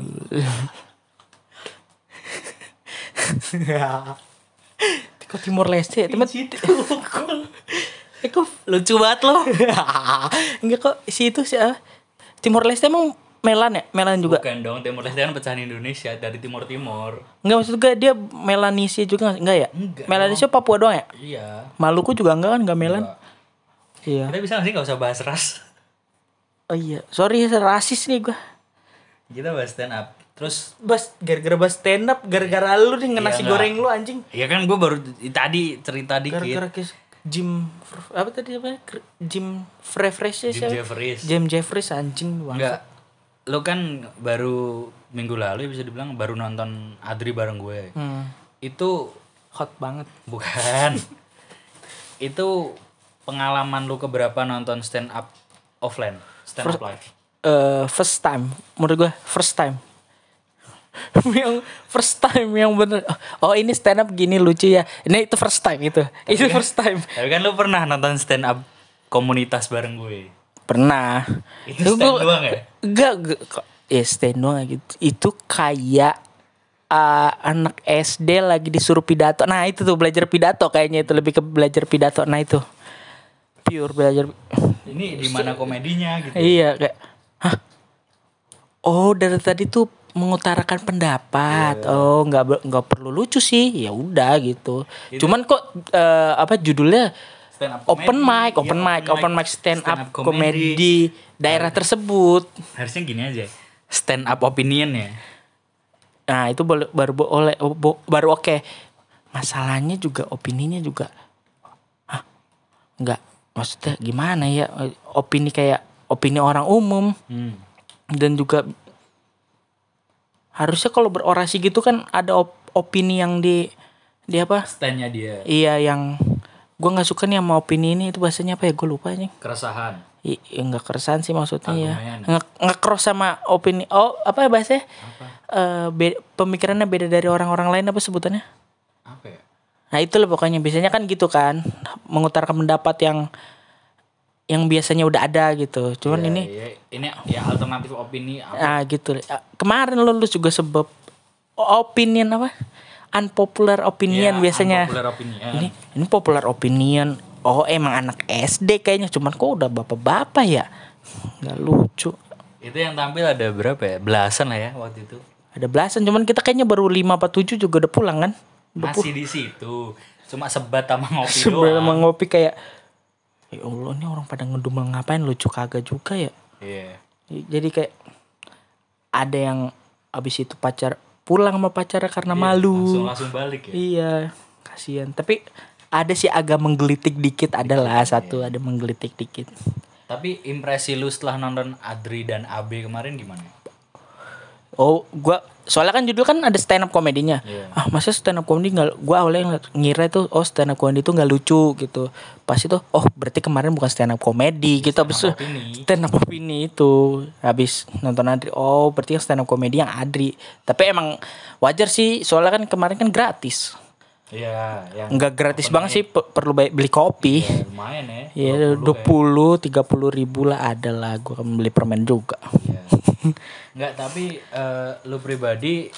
Kok Timur Leste? Temen Fiji itu Eh kok lucu banget loh. Enggak kok si itu sih ah. Timur Leste emang Melan ya? Melan juga. Bukan dong, Timur Leste kan pecahan Indonesia dari Timur Timur. Enggak maksud gue dia Melanesia juga enggak ya? Enggak Melanesia Papua doang ya? Iya. Maluku juga enggak kan? Enggak Melan? Enggak. Iya. Kita bisa nggak sih nggak usah bahas ras? Oh iya. Sorry rasis nih gue. Kita bahas stand up. Terus Bas gara-gara bahas stand up gara-gara lu nih Iya, nasi enggak. goreng lu anjing. ya kan gue baru tadi cerita dikit. Gara-gara kes Jim apa tadi apa? Jim Fresh Jim Jeffries. Jim Jeffries anjing bangsa. Enggak. Lo kan baru minggu lalu ya bisa dibilang baru nonton Adri bareng gue. Hmm. Itu Hot banget. bukan. Itu pengalaman lu keberapa nonton stand up offline, stand up live? Eh first time menurut gue first time. Yang first time yang bener. Oh ini stand up gini lucu ya. Ini itu first time itu. Itu kan- first time. Tapi kan lu pernah nonton stand up komunitas bareng gue. Pernah. Itu stand gua- doang ya? Enggak, enggak, kok. Ya stand doang gitu. Itu kayak uh, anak S D lagi disuruh pidato. Nah itu tuh belajar pidato kayaknya itu lebih ke belajar pidato. Nah itu pure belajar. Ini di mana komedinya gitu. Iya kayak, hah? Oh dari tadi tuh mengutarakan pendapat. Iya. Oh nggak be- nggak perlu lucu sih. Ya udah gitu. Itu- Cuman kok uh, apa judulnya? Stand up Open comedy. mic, open Iya, mic, open mic stand, Stand up, comedy di daerah tersebut. Harusnya gini aja. Stand up opinion ya. Nah itu boleh baru bo- oleh bo- baru oke. Masalahnya juga opininya juga, hah, nggak maksudnya gimana ya, opini kayak opini orang umum. Hmm. Dan juga harusnya kalau berorasi gitu kan ada op- opini yang di di apa? Standnya dia. Iya yang gue nggak suka nih sama opini ini, itu bahasanya apa ya, gue lupa nih. Keresahan. I, ya nggak keresahan sih maksudnya ya. Argumen. Nge ngecross sama opini. Oh apa ya bahasanya? Apa? Eh, be- pemikirannya beda dari orang-orang lain, apa sebutannya? Apa ya? Nah itu loh pokoknya biasanya kan gitu kan, mengutarakan pendapat yang yang biasanya udah ada gitu. Cuman Ya, ini, ya, ini ya alternatif opini apa? ah gitu. Ah, kemarin lo lu juga sebab opinion apa? Unpopular opinion Ya, biasanya. unpopular opinion. Ini ini popular opinion. Oh emang anak S D kayaknya, cuman kok udah bapak-bapak ya. Nggak lucu. Itu yang tampil ada berapa ya? Belasan lah ya waktu itu. Ada belasan, cuman kita kayaknya baru lima apa tujuh juga udah pulang kan? Udah Masih di situ. Cuma sebat sama ngopi Sebelum doang. ngopi kayak, ya Allah ini orang pada ngedumel ngapain, lucu kagak juga ya. Iya. Jadi kayak ada yang abis itu pacar pulang sama pacarnya karena Iya, malu. Langsung langsung balik ya. Iya, kasihan. Tapi ada sih agak menggelitik dikit, adalah satu ada menggelitik dikit. Tapi impresi lu setelah nonton Adri dan A B kemarin gimana? Oh, gua soalnya kan judul kan ada stand up komedinya. Iya. Ah, masa stand up comedy nggak? Gua awalnya ng- ngira itu oh stand up comedy itu nggak lucu gitu. Pas itu oh berarti kemarin bukan stand up comedy gitu. Habis itu opini. stand up opini itu. Habis nonton Adri, oh berarti yang stand up comedy yang Adri. Tapi emang wajar sih soalnya kan kemarin kan gratis. Iya, yang Nggak gratis open banget mic. sih, pe- perlu bay- beli kopi. Ya, lumayan ya. Ya dua dua puluh puluh tiga puluh ribu lah ada lah. Gue akan beli permen juga. Iya. Enggak, tapi eh, lu pribadi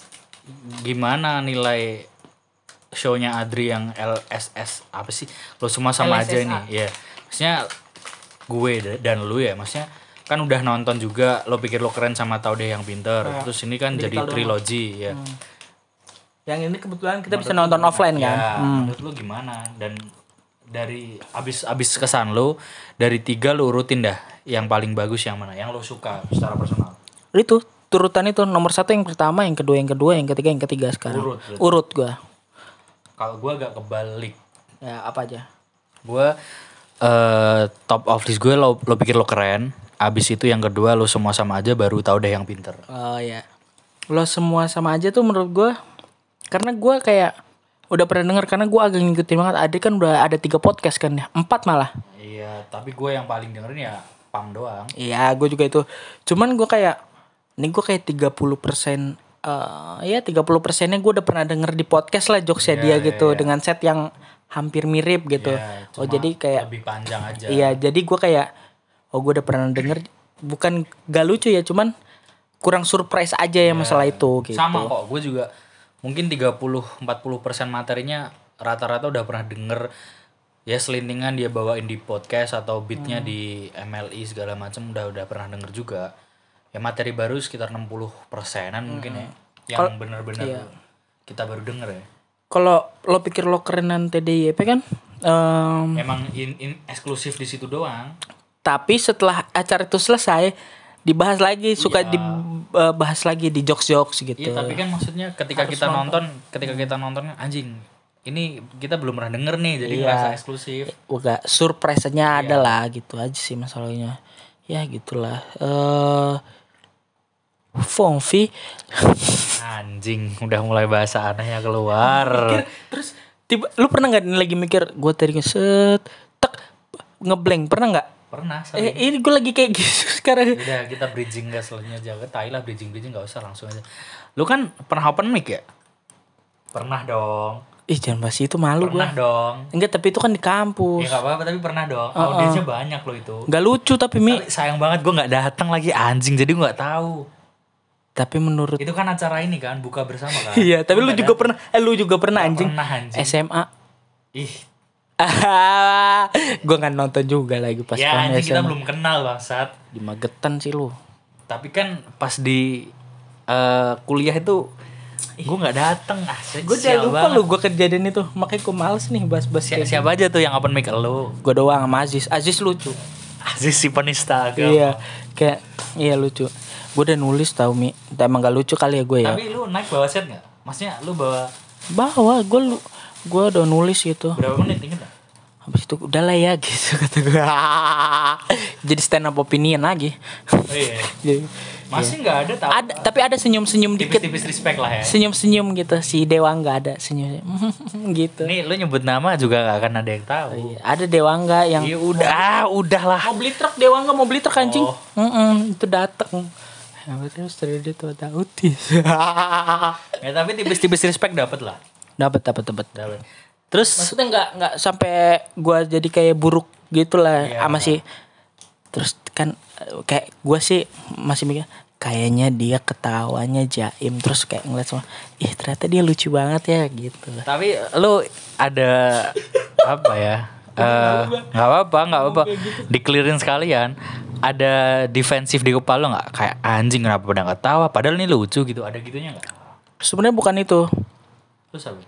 gimana nilai show-nya Adri yang L S S apa sih? Lu semua sama L S S A. aja ini. Iya. Maksudnya gue da- dan lu ya, maksudnya kan udah nonton juga, lo pikir lo keren sama Tau Deh Yang Pinter. Nah, Terus ini kan ini jadi kita doang. trilogi ya. Yang ini kebetulan kita bisa Menurut nonton lu offline gimana? kan. Ya, Hmm. menurut lu gimana? Dan dari abis abis kesan lu dari tiga lu urutin dah yang paling bagus yang mana? Yang lu suka secara personal? Itu turutan itu nomor satu yang pertama, yang kedua yang kedua, yang ketiga yang ketiga sekarang. Urut, berarti. Urut gua. Kalau gue agak kebalik. Ya apa aja. Gue eh top of list gue lo lo pikir lo keren. Abis itu yang kedua lo semua sama aja, baru Tahu Deh Yang Pinter. Oh ya. Lo semua sama aja tuh menurut gua, karena gua kayak udah pernah denger, karena gua agak ngikutin banget. Adri kan udah ada tiga podcast kan ya, empat malah. Iya, tapi gue yang paling dengerin ya Pam doang. Iya, gue juga itu. Cuman gue kayak, ini gue kayak tiga puluh persen, eh ya tiga puluh persennya gue udah pernah denger di podcast lah jokesnya Iya, dia iya, gitu. iya. Dengan set yang hampir mirip gitu. Iya, Oh cuma jadi kayak, lebih panjang aja. iya jadi gue kayak, oh gue udah pernah denger. Bukan gak lucu ya, cuman kurang surprise aja ya masalah itu gitu. Sama kok, gue juga mungkin tiga puluh sampai empat puluh persen materinya rata-rata udah pernah denger. Ya selintingan dia bawain di podcast atau beatnya Hmm. di M L I segala macam udah udah pernah denger juga. Ya materi baru sekitar enam puluh persenan mungkin ya. Yang Kal- benar-benar iya. kita baru denger ya. Kalau lo pikir lo kerenan T D Y P kan, em, Emang in, in eksklusif di situ doang. tapi setelah acara itu selesai dibahas lagi, suka Iya. dibahas lagi di jokes-jokes gitu. Iya, tapi kan maksudnya ketika Harus kita nonton. nonton, ketika kita nonton anjing. Ini kita belum pernah denger nih, jadi Iya. ngerasa eksklusif. Uga surprise-nya ada Iya. lah gitu aja sih masalahnya. Ya gitulah. Eh Fongfi Anjing, udah mulai bahasa anehnya keluar. terus tiba lu pernah nggak lagi mikir gue tadi set tek ngeblank, pernah nggak? Pernah, Eh, sering. ini gue lagi kayak gitu sekarang. Udah kita bridging gak selanjutnya aja. Tai lah bridging-bridging gak usah, langsung aja. Lu kan pernah open mic ya? Pernah dong. Ih jangan bahas itu, malu gue. Pernah dong. Enggak, tapi itu kan di kampus. Ya gak apa-apa, tapi pernah dong. Uh-uh. Audiensnya banyak loh itu. Gak lucu tapi Mi. Tapi sayang banget gue gak datang lagi anjing, jadi gue gak tahu. Tapi menurut Itu kan acara ini kan, buka bersama kan. iya, tapi Gua lu nggak juga datang. pernah eh lu juga pernah Nggak anjing. pernah, anjing. S M A. Ih, Gue gak nonton juga lagi pas ya kami anjing kita S M A. belum kenal bangsat. Di Magetan sih lu. Tapi kan pas di eh, kuliah itu gue nggak datang. Ah, Gue udah lupa lu gue kejadian itu. Makanya gue males nih bahas-bahas Si- kayak siapa aja tuh yang open mic lu? Gue doang sama Aziz. Aziz lucu. Aziz si penista agama. Iya, kayak iya lucu. Gue udah nulis tau Mi. Tapi emang gak lucu kali ya gue ya. Tapi lu naik bawa set nggak? Maksudnya lu bawa Bawa gue lu gue udah nulis gitu. berapa menit inget nggak? Habis itu udah lah ya gitu kata gue. Jadi stand up opinion lagi. Oh iya. Jadi, Masih nggak ada tahu. ada tapi ada senyum-senyum dikit. Tipis-tipis respect lah ya. Senyum-senyum gitu. Si Dewangga ada senyum gitu. Nih lu nyebut nama juga gak akan ada yang tahu. Iya, ada Dewangga yang Iya udah, ah, udahlah. mau beli truk, Dewangga mau beli truk anjing. Oh. Mm-mm, itu dateng. Terus terus dia tuh autis. Ya tapi tipis-tipis respect dapat lah. Dapat dapat dapat. Dapat. Terus maksudnya nggak nggak sampai gua jadi kayak buruk gitu lah Iya, sama si. Terus kan eh, kayak gua sih masih mikir kayaknya dia ketawanya jaim, terus kayak ngeliat semua, ih ternyata dia lucu banget ya gitu. Tapi lu ada apa ya? Eh, nggak apa-apa, nggak apa-apa. Dikelirin sekalian. Ada defensif di kepala lo nggak? Kayak anjing kenapa pada nggak tawa? Padahal ini lucu gitu. Ada gitunya nggak? Sebenarnya bukan itu. Terus apa?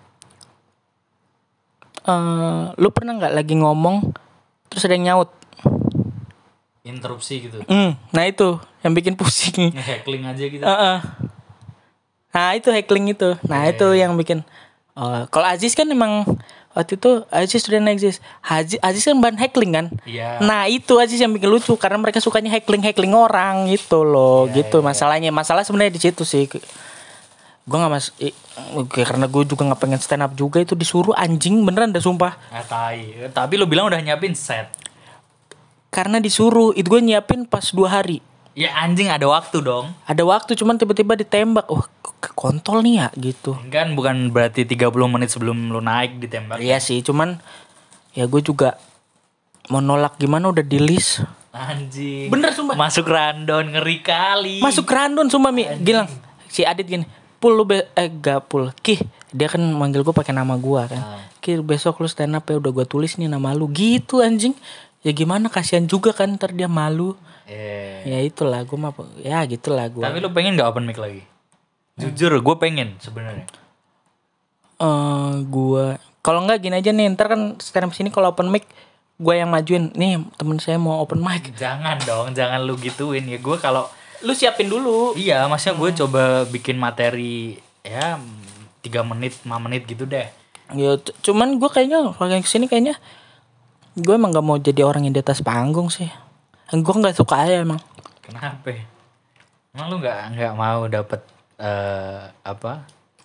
Eh, lu pernah nggak lagi ngomong terus ada yang nyaut? Interupsi gitu. Hmm, nah itu yang bikin pusing. Nge-heckling aja gitu. Heeh. Nah itu heckling itu. Nah Yeah. itu yang bikin. Oh, kalau Aziz kan emang waktu itu Aziz sudah Aziz. Haji, Aziz kan bahan heckling kan. Iya. Nah itu Aziz yang bikin lucu karena mereka sukanya heckling heckling orang gitu loh. Iya, gitu iya, masalahnya. Masalah sebenarnya di situ sih. Gue nggak mas, i, karena gue juga nggak pengen stand up juga itu disuruh anjing beneran dah sumpah. Ah, tai. Tapi lu bilang udah nyiapin set. Karena disuruh itu gue nyiapin pas dua hari. Ya anjing ada waktu dong. Ada waktu cuman tiba-tiba ditembak. Wah ke kontol nih ya gitu. Kan bukan berarti tiga puluh menit sebelum lu naik ditembak. Iya sih, cuman ya gue juga mau nolak gimana udah di list. Anjing. Bener, sumpah. Masuk rundown ngeri kali. Masuk random sumpah Mi. Gilang si Adit gini, "Pul lu be eh gak Pul. Kih, dia kan manggil gue pakai nama gue kan. Ah. Kih besok lu stand up ya udah gue tulis nih nama lu." Gitu anjing. Ya gimana kasihan juga kan ntar dia malu. Eh. Ya itulah gue mah ya gitulah gue. Tapi lu pengen gak open mic lagi? Jujur, gue pengen sebenarnya. Eh gue kalau nggak gini aja nih, ntar kan stand up sini kalau open mic gue yang majuin. Nih temen saya mau open mic. Jangan dong, jangan lu gituin ya. Gue kalau Lu siapin dulu. iya, maksudnya gue coba bikin materi ya tiga menit, lima menit gitu deh. Ya, c- cuman gue kayaknya makin kesini kayaknya gue emang gak mau jadi orang yang di atas panggung sih. Gue nggak suka aja emang. Kenapa? Emang lu nggak nggak mau dapet eh, apa?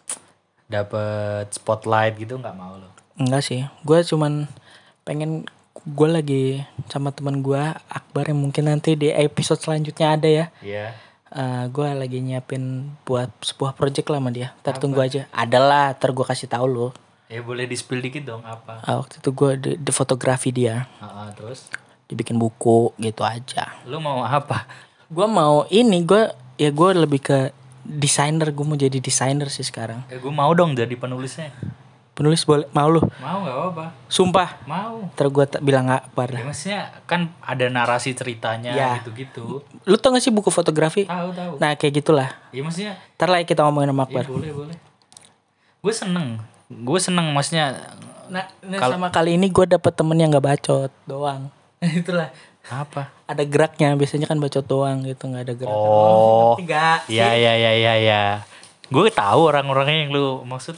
Dapet spotlight gitu nggak mau lo? Enggak sih. Gue cuman pengen gue lagi sama teman gue Akbar yang mungkin nanti di episode selanjutnya ada ya. Iya. Uh, gue lagi nyiapin buat sebuah project lah sama dia. Ntar tunggu aja. Adalah, ntar gue kasih tahu lo. Ya boleh di spill dikit dong apa? Uh, waktu itu gue di, di fotografi dia, Ah, ah, terus dibikin buku gitu aja. lu mau apa? Gue mau ini gue ya gue lebih ke desainer. Gue mau jadi desainer sih sekarang. Ya gue mau dong jadi penulisnya. Penulis boleh mau lu? Mau nggak apa-apa? Sumpah. Mau. Ntar gue t- bilang Ya gak pada. maksudnya kan ada narasi ceritanya Ya. gitu-gitu. Lu tau gak sih buku fotografi? Tahu tahu. Nah kayak gitulah. Ya maksudnya Ntar lah ya kita ngomongin sama ya Akbar. boleh boleh. Gue seneng. Gue seneng maksudnya. Nah, nah Kal- sama kali ini gue dapet temen yang gak bacot doang. Itulah. Apa? Ada geraknya. Biasanya kan bacot doang gitu, nggak ada gerak. Oh. Tiga. Ya ya ya ya ya. Gue tahu orang-orangnya yang lu maksud.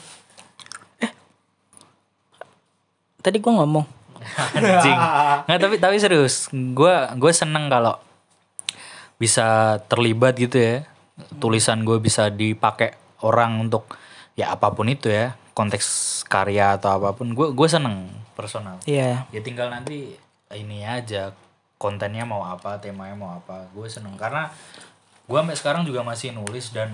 Tadi gue ngomong. Anjing. Nggak, tapi tapi serius. Gue gue seneng kalau bisa terlibat gitu ya. Tulisan gue bisa dipakai orang untuk ya apapun itu ya, konteks karya atau apapun. Gue gue seneng personal. Iya. Ya tinggal nanti ini aja kontennya mau apa, temanya mau apa. Gue seneng karena gue sampai sekarang juga masih nulis dan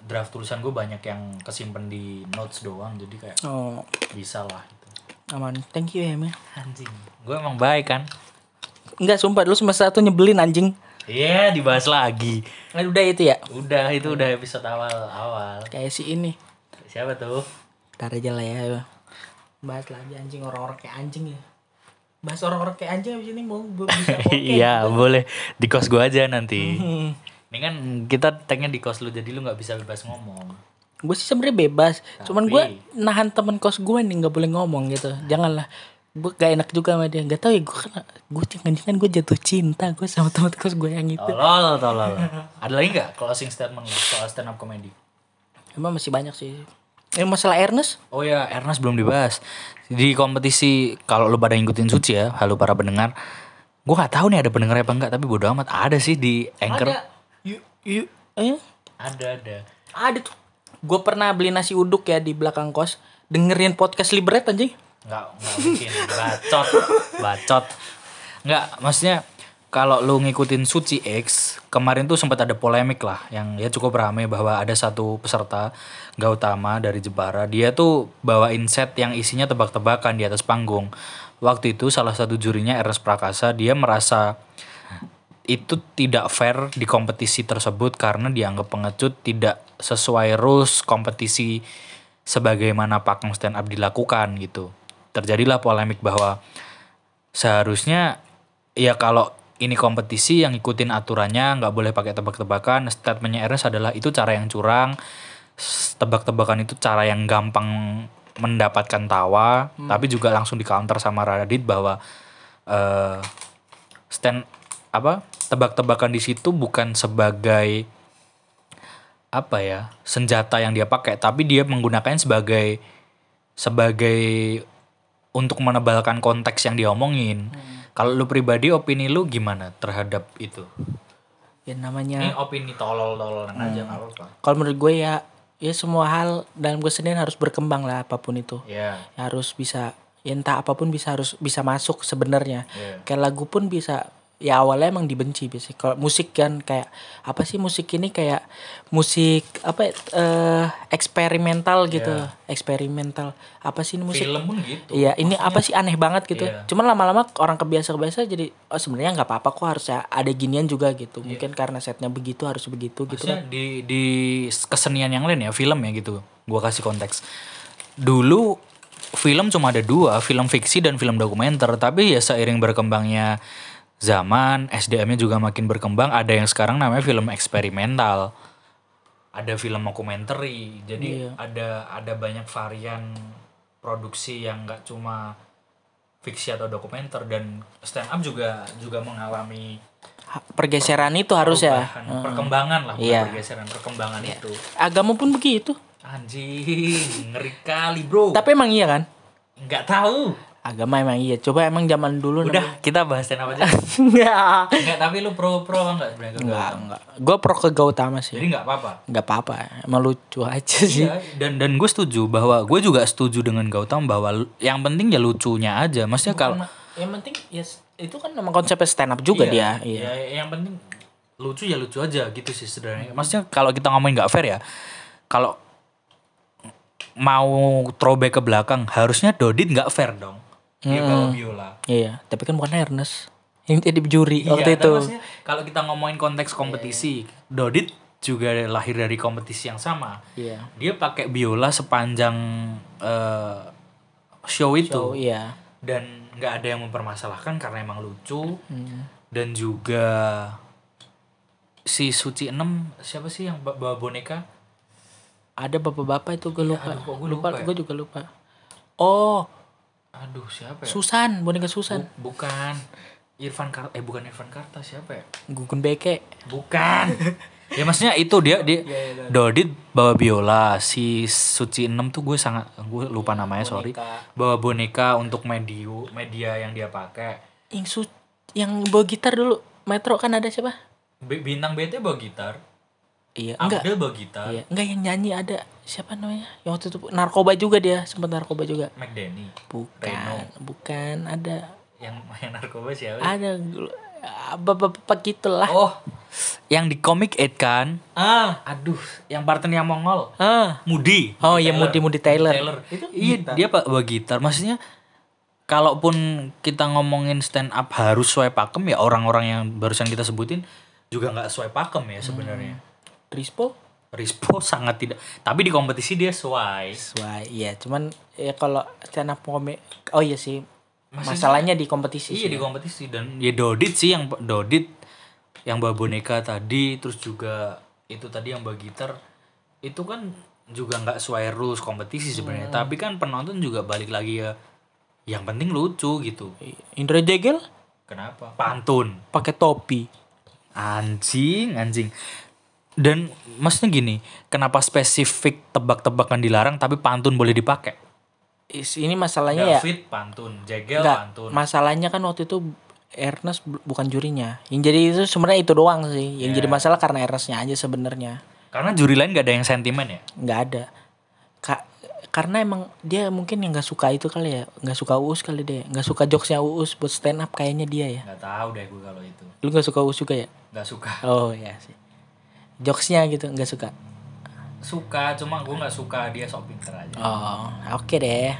draft tulisan gue banyak yang kesimpan di notes doang, jadi kayak Oh, bisa lah gitu. aman. Thank you ya, Mel. Anjing, gue emang baik kan? Enggak, sumpah lu semester satu nyebelin anjing. Iya, yeah, dibahas lagi. Nah, udah itu ya. Udah, itu udah episode awal-awal. Kayak si ini. Siapa tuh? Ntar aja lah ya. Bahas lagi anjing, orang-orang kayak anjing ya. Bahas orang-orang kayak anjing abis ini mau bisa oke. Iya, boleh. Di kos gue aja nanti. Hmm. Ini kan kita tagnya di kos lu, jadi lu nggak bisa bebas ngomong. Gue sih sebenarnya bebas. Tapi... Cuman gue nahan temen kos gue nih nggak boleh ngomong gitu. Janganlah. Gue gak enak juga sama dia. Gak tau ya gue kan gue jangan-jangan gue jatuh cinta gue sama temen kos gue yang itu. Tolol, tolol. Ada lagi nggak closing statement lu soal stand up comedy? Emang masih banyak sih. Ini masalah Ernest? Oh ya, Ernest belum dibahas. Di kompetisi, kalau lu pada ngikutin Suci ya, halo para pendengar. Gue nggak tahu nih ada pendengar apa enggak, tapi bodo amat. Ada sih di Anchor. Ada. Yuk, yuk. Eh? Ada, ada. Ada tuh. Gue pernah beli nasi uduk ya di belakang kos. Dengerin podcast Libret anjing. Nggak, nggak mungkin. Bacot. Bacot. Nggak, maksudnya kalau lu ngikutin Suci X, kemarin tuh sempat ada polemik lah yang ya cukup ramai bahwa ada satu peserta Gautama dari Jepara, dia tuh bawain set yang isinya tebak-tebakan di atas panggung. Waktu itu salah satu jurinya Ernest Prakasa, dia merasa itu tidak fair di kompetisi tersebut karena dianggap pengecut, tidak sesuai rules kompetisi sebagaimana pakem stand up dilakukan gitu. Terjadilah polemik bahwa seharusnya ya kalau ini kompetisi yang ikutin aturannya nggak boleh pakai tebak-tebakan. Statementnya Ernest adalah itu cara yang curang, tebak-tebakan itu cara yang gampang mendapatkan tawa, hmm. tapi juga langsung di counter sama Radit bahwa uh, stand apa tebak-tebakan di situ bukan sebagai apa ya senjata yang dia pakai, tapi dia menggunakannya sebagai sebagai untuk menebalkan konteks yang diomongin. Hmm. Kalau lu pribadi, opini lu gimana terhadap itu? Ya namanya. Ini opini tolol-tololan hmm. aja nggak apa-apa. Kalau menurut gue ya, ya semua hal dalam kesenian harus berkembang lah apapun itu. Yeah. Ya, harus bisa, ya entah apapun bisa harus bisa masuk sebenarnya. Yeah. Kayak lagu pun bisa. Ya awalnya emang dibenci biasanya. Kalau musik kan kayak apa sih musik ini kayak musik apa uh, eksperimental gitu, yeah. eksperimental apa sih ini musik? Film pun gitu. Iya ini apa sih aneh banget gitu. Yeah. Cuman lama-lama orang kebiasa-kebiasa jadi oh sebenarnya nggak apa-apa kok harus ada ginian juga gitu. Yeah. Mungkin karena setnya begitu harus begitu. Maksudnya gitu kan. Di di kesenian yang lain ya film ya gitu. Gua kasih konteks. Dulu film cuma ada dua, film fiksi dan film dokumenter. Tapi ya seiring berkembangnya zaman, S D M-nya juga makin berkembang. Ada yang sekarang namanya film eksperimental, ada film dokumenter. Jadi iya. ada ada banyak varian produksi yang nggak cuma fiksi atau dokumenter. Dan stand up juga juga mengalami pergeseran itu harus ya perkembangan lah, iya. pergeseran perkembangan iya. itu. Agama pun begitu. Anjing, ngeri kali bro. Tapi emang iya kan? Nggak tahu. Agama emang iya. Coba emang zaman dulu. Udah namanya. Kita bahas stand up aja. Enggak. Enggak, tapi lu pro-pro enggak sebenarnya? Enggak, enggak. Gue pro ke Gautama sih. Jadi enggak apa-apa. Enggak apa-apa. Emang lucu aja sih. Iya, dan dan gue setuju bahwa gue juga setuju dengan Gautama bahwa yang penting ya lucunya aja. Maksudnya kalau yang penting ya itu kan memang konsepnya stand up juga iya, dia. Iya. Ya, yang penting lucu ya lucu aja gitu sih sebenarnya. Maksudnya kalau kita ngomongin enggak fair ya. Kalau mau throwback ke belakang harusnya Dodit enggak fair dong. Dia hmm. bawa biola. Iya, tapi kan bukan Ernest yang jadi juri iya, waktu itu. Kalau kita ngomongin konteks kompetisi, yeah. Dodit juga lahir dari kompetisi yang sama. Iya. Dia pakai biola sepanjang uh, show itu. Show, iya. Dan nggak ada yang mempermasalahkan karena emang lucu. Hmm. Dan juga si Suci enam siapa sih yang bawa boneka? Ada bapak-bapak itu gue lupa. Ya, aduh, gue lupa. lupa ya? Gue juga lupa. Oh. Aduh siapa ya? Susan, boneka Susan. Bu, bukan. Irfan Karta, eh bukan Irfan Karta, siapa ya? Gugun Beke. Bukan. Ya maksudnya itu dia dia ya, ya, Dodit bawa biola, si Suci enam tuh gue sangat gue lupa namanya, boneka. sorry. Bawa boneka untuk media media yang dia pakai. Yang su yang bawa gitar dulu, Metro kan ada siapa? B- Bintang B T bawa gitar. Iya, enggak. Abdel bawa gitar. Iya, enggak yang nyanyi ada siapa namanya? Yang waktu itu narkoba juga dia, sempat narkoba juga. McDenny. Bukan, Reno. bukan ada. Yang yang narkoba siapa? Ada Apa-apa gitulah. Oh, yang di Comic Eight kan? Ah, Aduh, yang partner yang Mongol. ah. Moody. Oh iya, Moody Moody Taylor. Itu iya, dia pak bawa gitar. Maksudnya kalaupun kita ngomongin stand up harus sesuai pakem ya orang-orang yang barusan kita sebutin juga nggak sesuai pakem ya sebenarnya. Hmm. Rispo? Rispo sangat tidak. Tapi di kompetisi dia sesuai. Sesuai, iya. Cuman ya kalau stand up komik, oh iya sih. Maksudnya, masalahnya di kompetisi. Iya sih, di ya. kompetisi dan ya Dodit sih yang Dodit yang bawa boneka tadi, terus juga itu tadi yang bawa gitar itu kan juga nggak sesuai rules kompetisi sebenarnya. Hmm. Tapi kan penonton juga balik lagi ya. Yang penting lucu gitu. Indra Jegel? Kenapa? Pantun. Pakai topi. Anjing, anjing. Dan maksudnya gini, kenapa spesifik tebak-tebakan dilarang tapi pantun boleh dipakai? Ini masalahnya ya. David pantun, Jegel Nggak, pantun. Masalahnya kan waktu itu Ernest bukan jurinya. Yang jadi itu sebenarnya itu doang sih. Yang yeah. jadi masalah karena Ernestnya aja sebenarnya. Karena juri lain gak ada yang sentimen ya? Nggak ada. Ka- karena emang dia mungkin yang nggak suka itu kali ya, nggak suka Uus kali deh, nggak suka jokesnya Uus buat stand up kayaknya dia ya. Nggak tahu deh gue kalau itu. Lu nggak suka Uus juga ya? Nggak suka. Oh ya sih. Jokesnya gitu nggak suka. Suka, cuma gue nggak suka dia sok pinter aja. Oh, oke okay deh.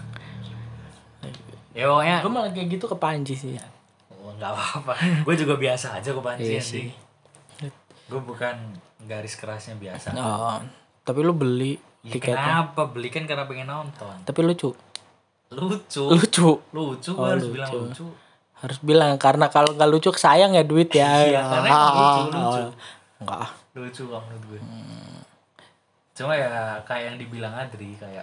Ya pokoknya. Gue malah kayak gitu ke Panji sih. Oh, nggak apa-apa. Gue juga biasa aja ke Panji iya sih. Gue bukan garis kerasnya biasa. Oh, tapi lu beli ya, tiketnya. Kenapa? Beli kan karena pengen nonton. Tapi lucu. Lucu. Lucu. Lucu. Oh, harus lucu. bilang lucu. Harus bilang karena kalau nggak lucu sayang ya duit ya. Iya, karena ah, lucu, lucu. Oh, enggak. Lucu kalau menurut gue. Hmm. Cuma ya kayak yang dibilang Adri kayak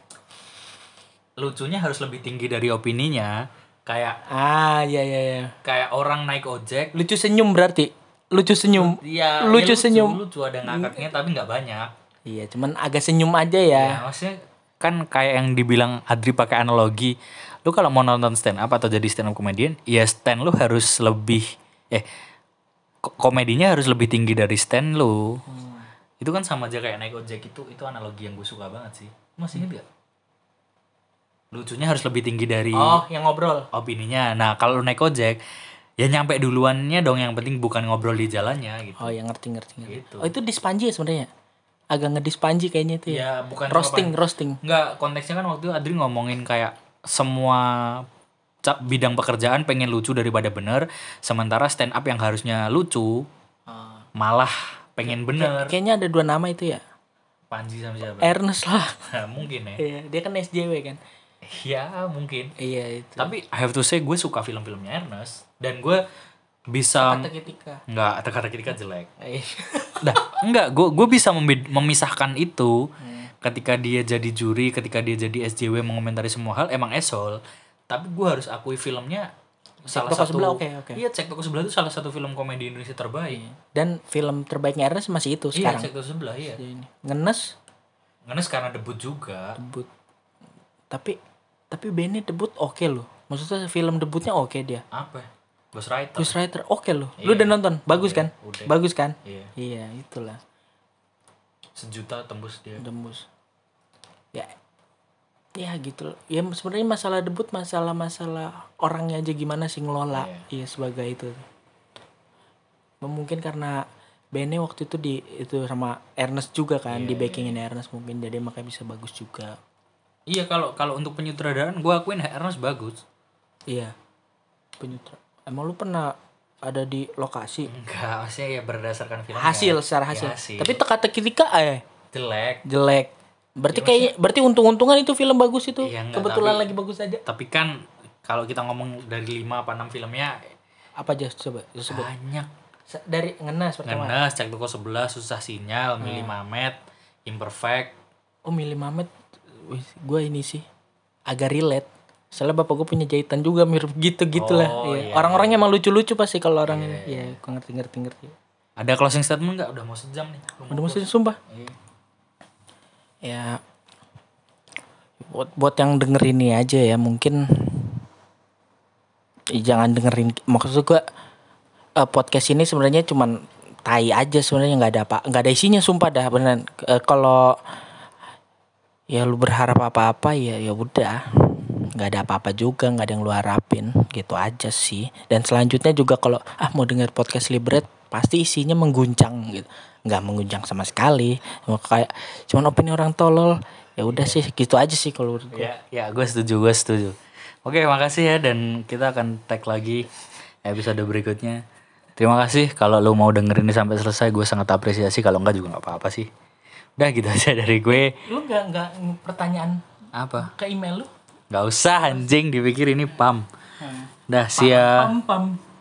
lucunya harus lebih tinggi dari opininya. Kayak ah iya iya iya. Kayak orang naik ojek. Lucu senyum berarti. Lucu senyum. Iya. Lucu, ya lucu senyum. Lucu ada ngakaknya tapi nggak banyak. Iya, cuman agak senyum aja ya. Ya maksudnya kan kayak yang dibilang Adri pakai analogi. Lu kalau mau nonton stand up atau jadi stand up comedian, ya stand lu harus lebih eh komedinya harus lebih tinggi dari stand lu. Hmm. Itu kan sama aja kayak naik ojek itu itu analogi yang gue suka banget sih. Masih inget gak? Lucunya harus lebih tinggi dari oh yang ngobrol opininya. Nah kalau naik ojek ya nyampe duluannya dong, yang penting bukan ngobrol di jalannya gitu. Oh ya ngerti ngerti, ngerti. Gitu. Oh itu dispanji ya sebenarnya, agak ngedispanji kayaknya itu ya, ya bukan roasting apa, roasting enggak, konteksnya kan waktu itu Adri ngomongin kayak semua bidang pekerjaan pengen lucu daripada bener, sementara stand up yang harusnya lucu uh. malah pengen bener. Kayaknya ada dua nama itu ya, Panji sama siapa? Ernest lah. Nah, mungkin ya. Iya, dia kan S J W kan. Iya mungkin. Iya itu. Tapi I have to say gue suka film-filmnya Ernest dan gue bisa. Teka-teki. Enggak, teka-teki jelek. Nah, enggak, gue gue bisa memisahkan itu. Hmm. Ketika dia jadi juri, ketika dia jadi S J W mengomentari semua hal, emang esol. Tapi gue harus akui filmnya Cek salah Toko satu. Sebelah, okay, okay. Iya, Cek Toko Sebelah itu salah satu film komedi Indonesia terbaik. Dan film terbaiknya Ernest masih itu sekarang. Iya, Cek Toko Sebelah, iya. Ngenes. Ngenes karena debut juga. Debut. Tapi tapi Benny debut oke okay loh. Maksudnya film debutnya oke okay dia. Apa? Ghostwriter. Ghostwriter oke okay loh. Iya. Lu udah nonton? Bagus udah, kan? Udah. Bagus kan? Iya. Iya, itulah. Sejuta tembus dia. Tembus. Ya. Ya gitu. Ya sebenarnya masalah debut masalah-masalah orangnya aja gimana sih ngelola. Iya, iya sebagai itu. Mungkin karena Benny waktu itu di itu sama Ernest juga kan, iya, di backingin iya. Ernest mungkin jadi makanya bisa bagus juga. Iya, kalau kalau untuk penyutradaraan gue akuin Ernest bagus. Iya. Penyutra. Emang lu pernah ada di lokasi? Enggak, maksudnya ya berdasarkan film. Hasil secara hasil. Ya, hasil. Tapi teka-teki tika eh jelek. Jelek. Berarti ya, kayak berarti untung-untungan itu film bagus itu. Ya, enggak, kebetulan tapi, lagi bagus aja. Tapi kan kalau kita ngomong dari lima apa enam filmnya apa aja coba sebut. Banyak. Dari Ngenes pertama. Ngenes, Cek Toko Sebelah, Susah Sinyal, hmm. Mili Mamet, Imperfect. Oh, Mili Mamet. Wih, gue ini sih agak relate. Soalnya bapak gue punya jahitan juga mirip gitu-gitu lah. Oh, ya. iya, Orang-orangnya iya. emang lucu-lucu pasti kalau orang iya, ini. iya. Ya, gue ngerti-ngerti-ngerti. Ada closing statement nggak? Udah mau sejam nih. Udah mau sejam, sumpah. Iya. Ya, buat buat yang denger ini aja ya mungkin ya, jangan dengerin. Maksud gue uh, podcast ini sebenarnya cuman tai aja sebenarnya, nggak ada apa, nggak ada isinya sumpah dah beneran. Uh, kalau ya lu berharap apa-apa ya ya udah nggak ada apa-apa juga, nggak ada yang lu harapin, gitu aja sih. Dan selanjutnya juga kalau ah mau denger podcast Libret pasti isinya mengguncang gitu, nggak mengguncang sama sekali, kayak cuman opini orang tolol. Ya udah sih gitu aja sih kalau menurut gue. Ya, ya gue setuju, gue setuju. Oke, makasih ya, dan kita akan tag lagi episode berikutnya. Terima kasih kalau lu mau dengerin ini sampai selesai, gue sangat apresiasi. Kalau enggak juga nggak apa-apa sih. Udah gitu aja dari gue. Lu nggak nggak pertanyaan Apa? ke email lu? Nggak usah anjing, dipikir ini pam. Dah siap. Pam pam.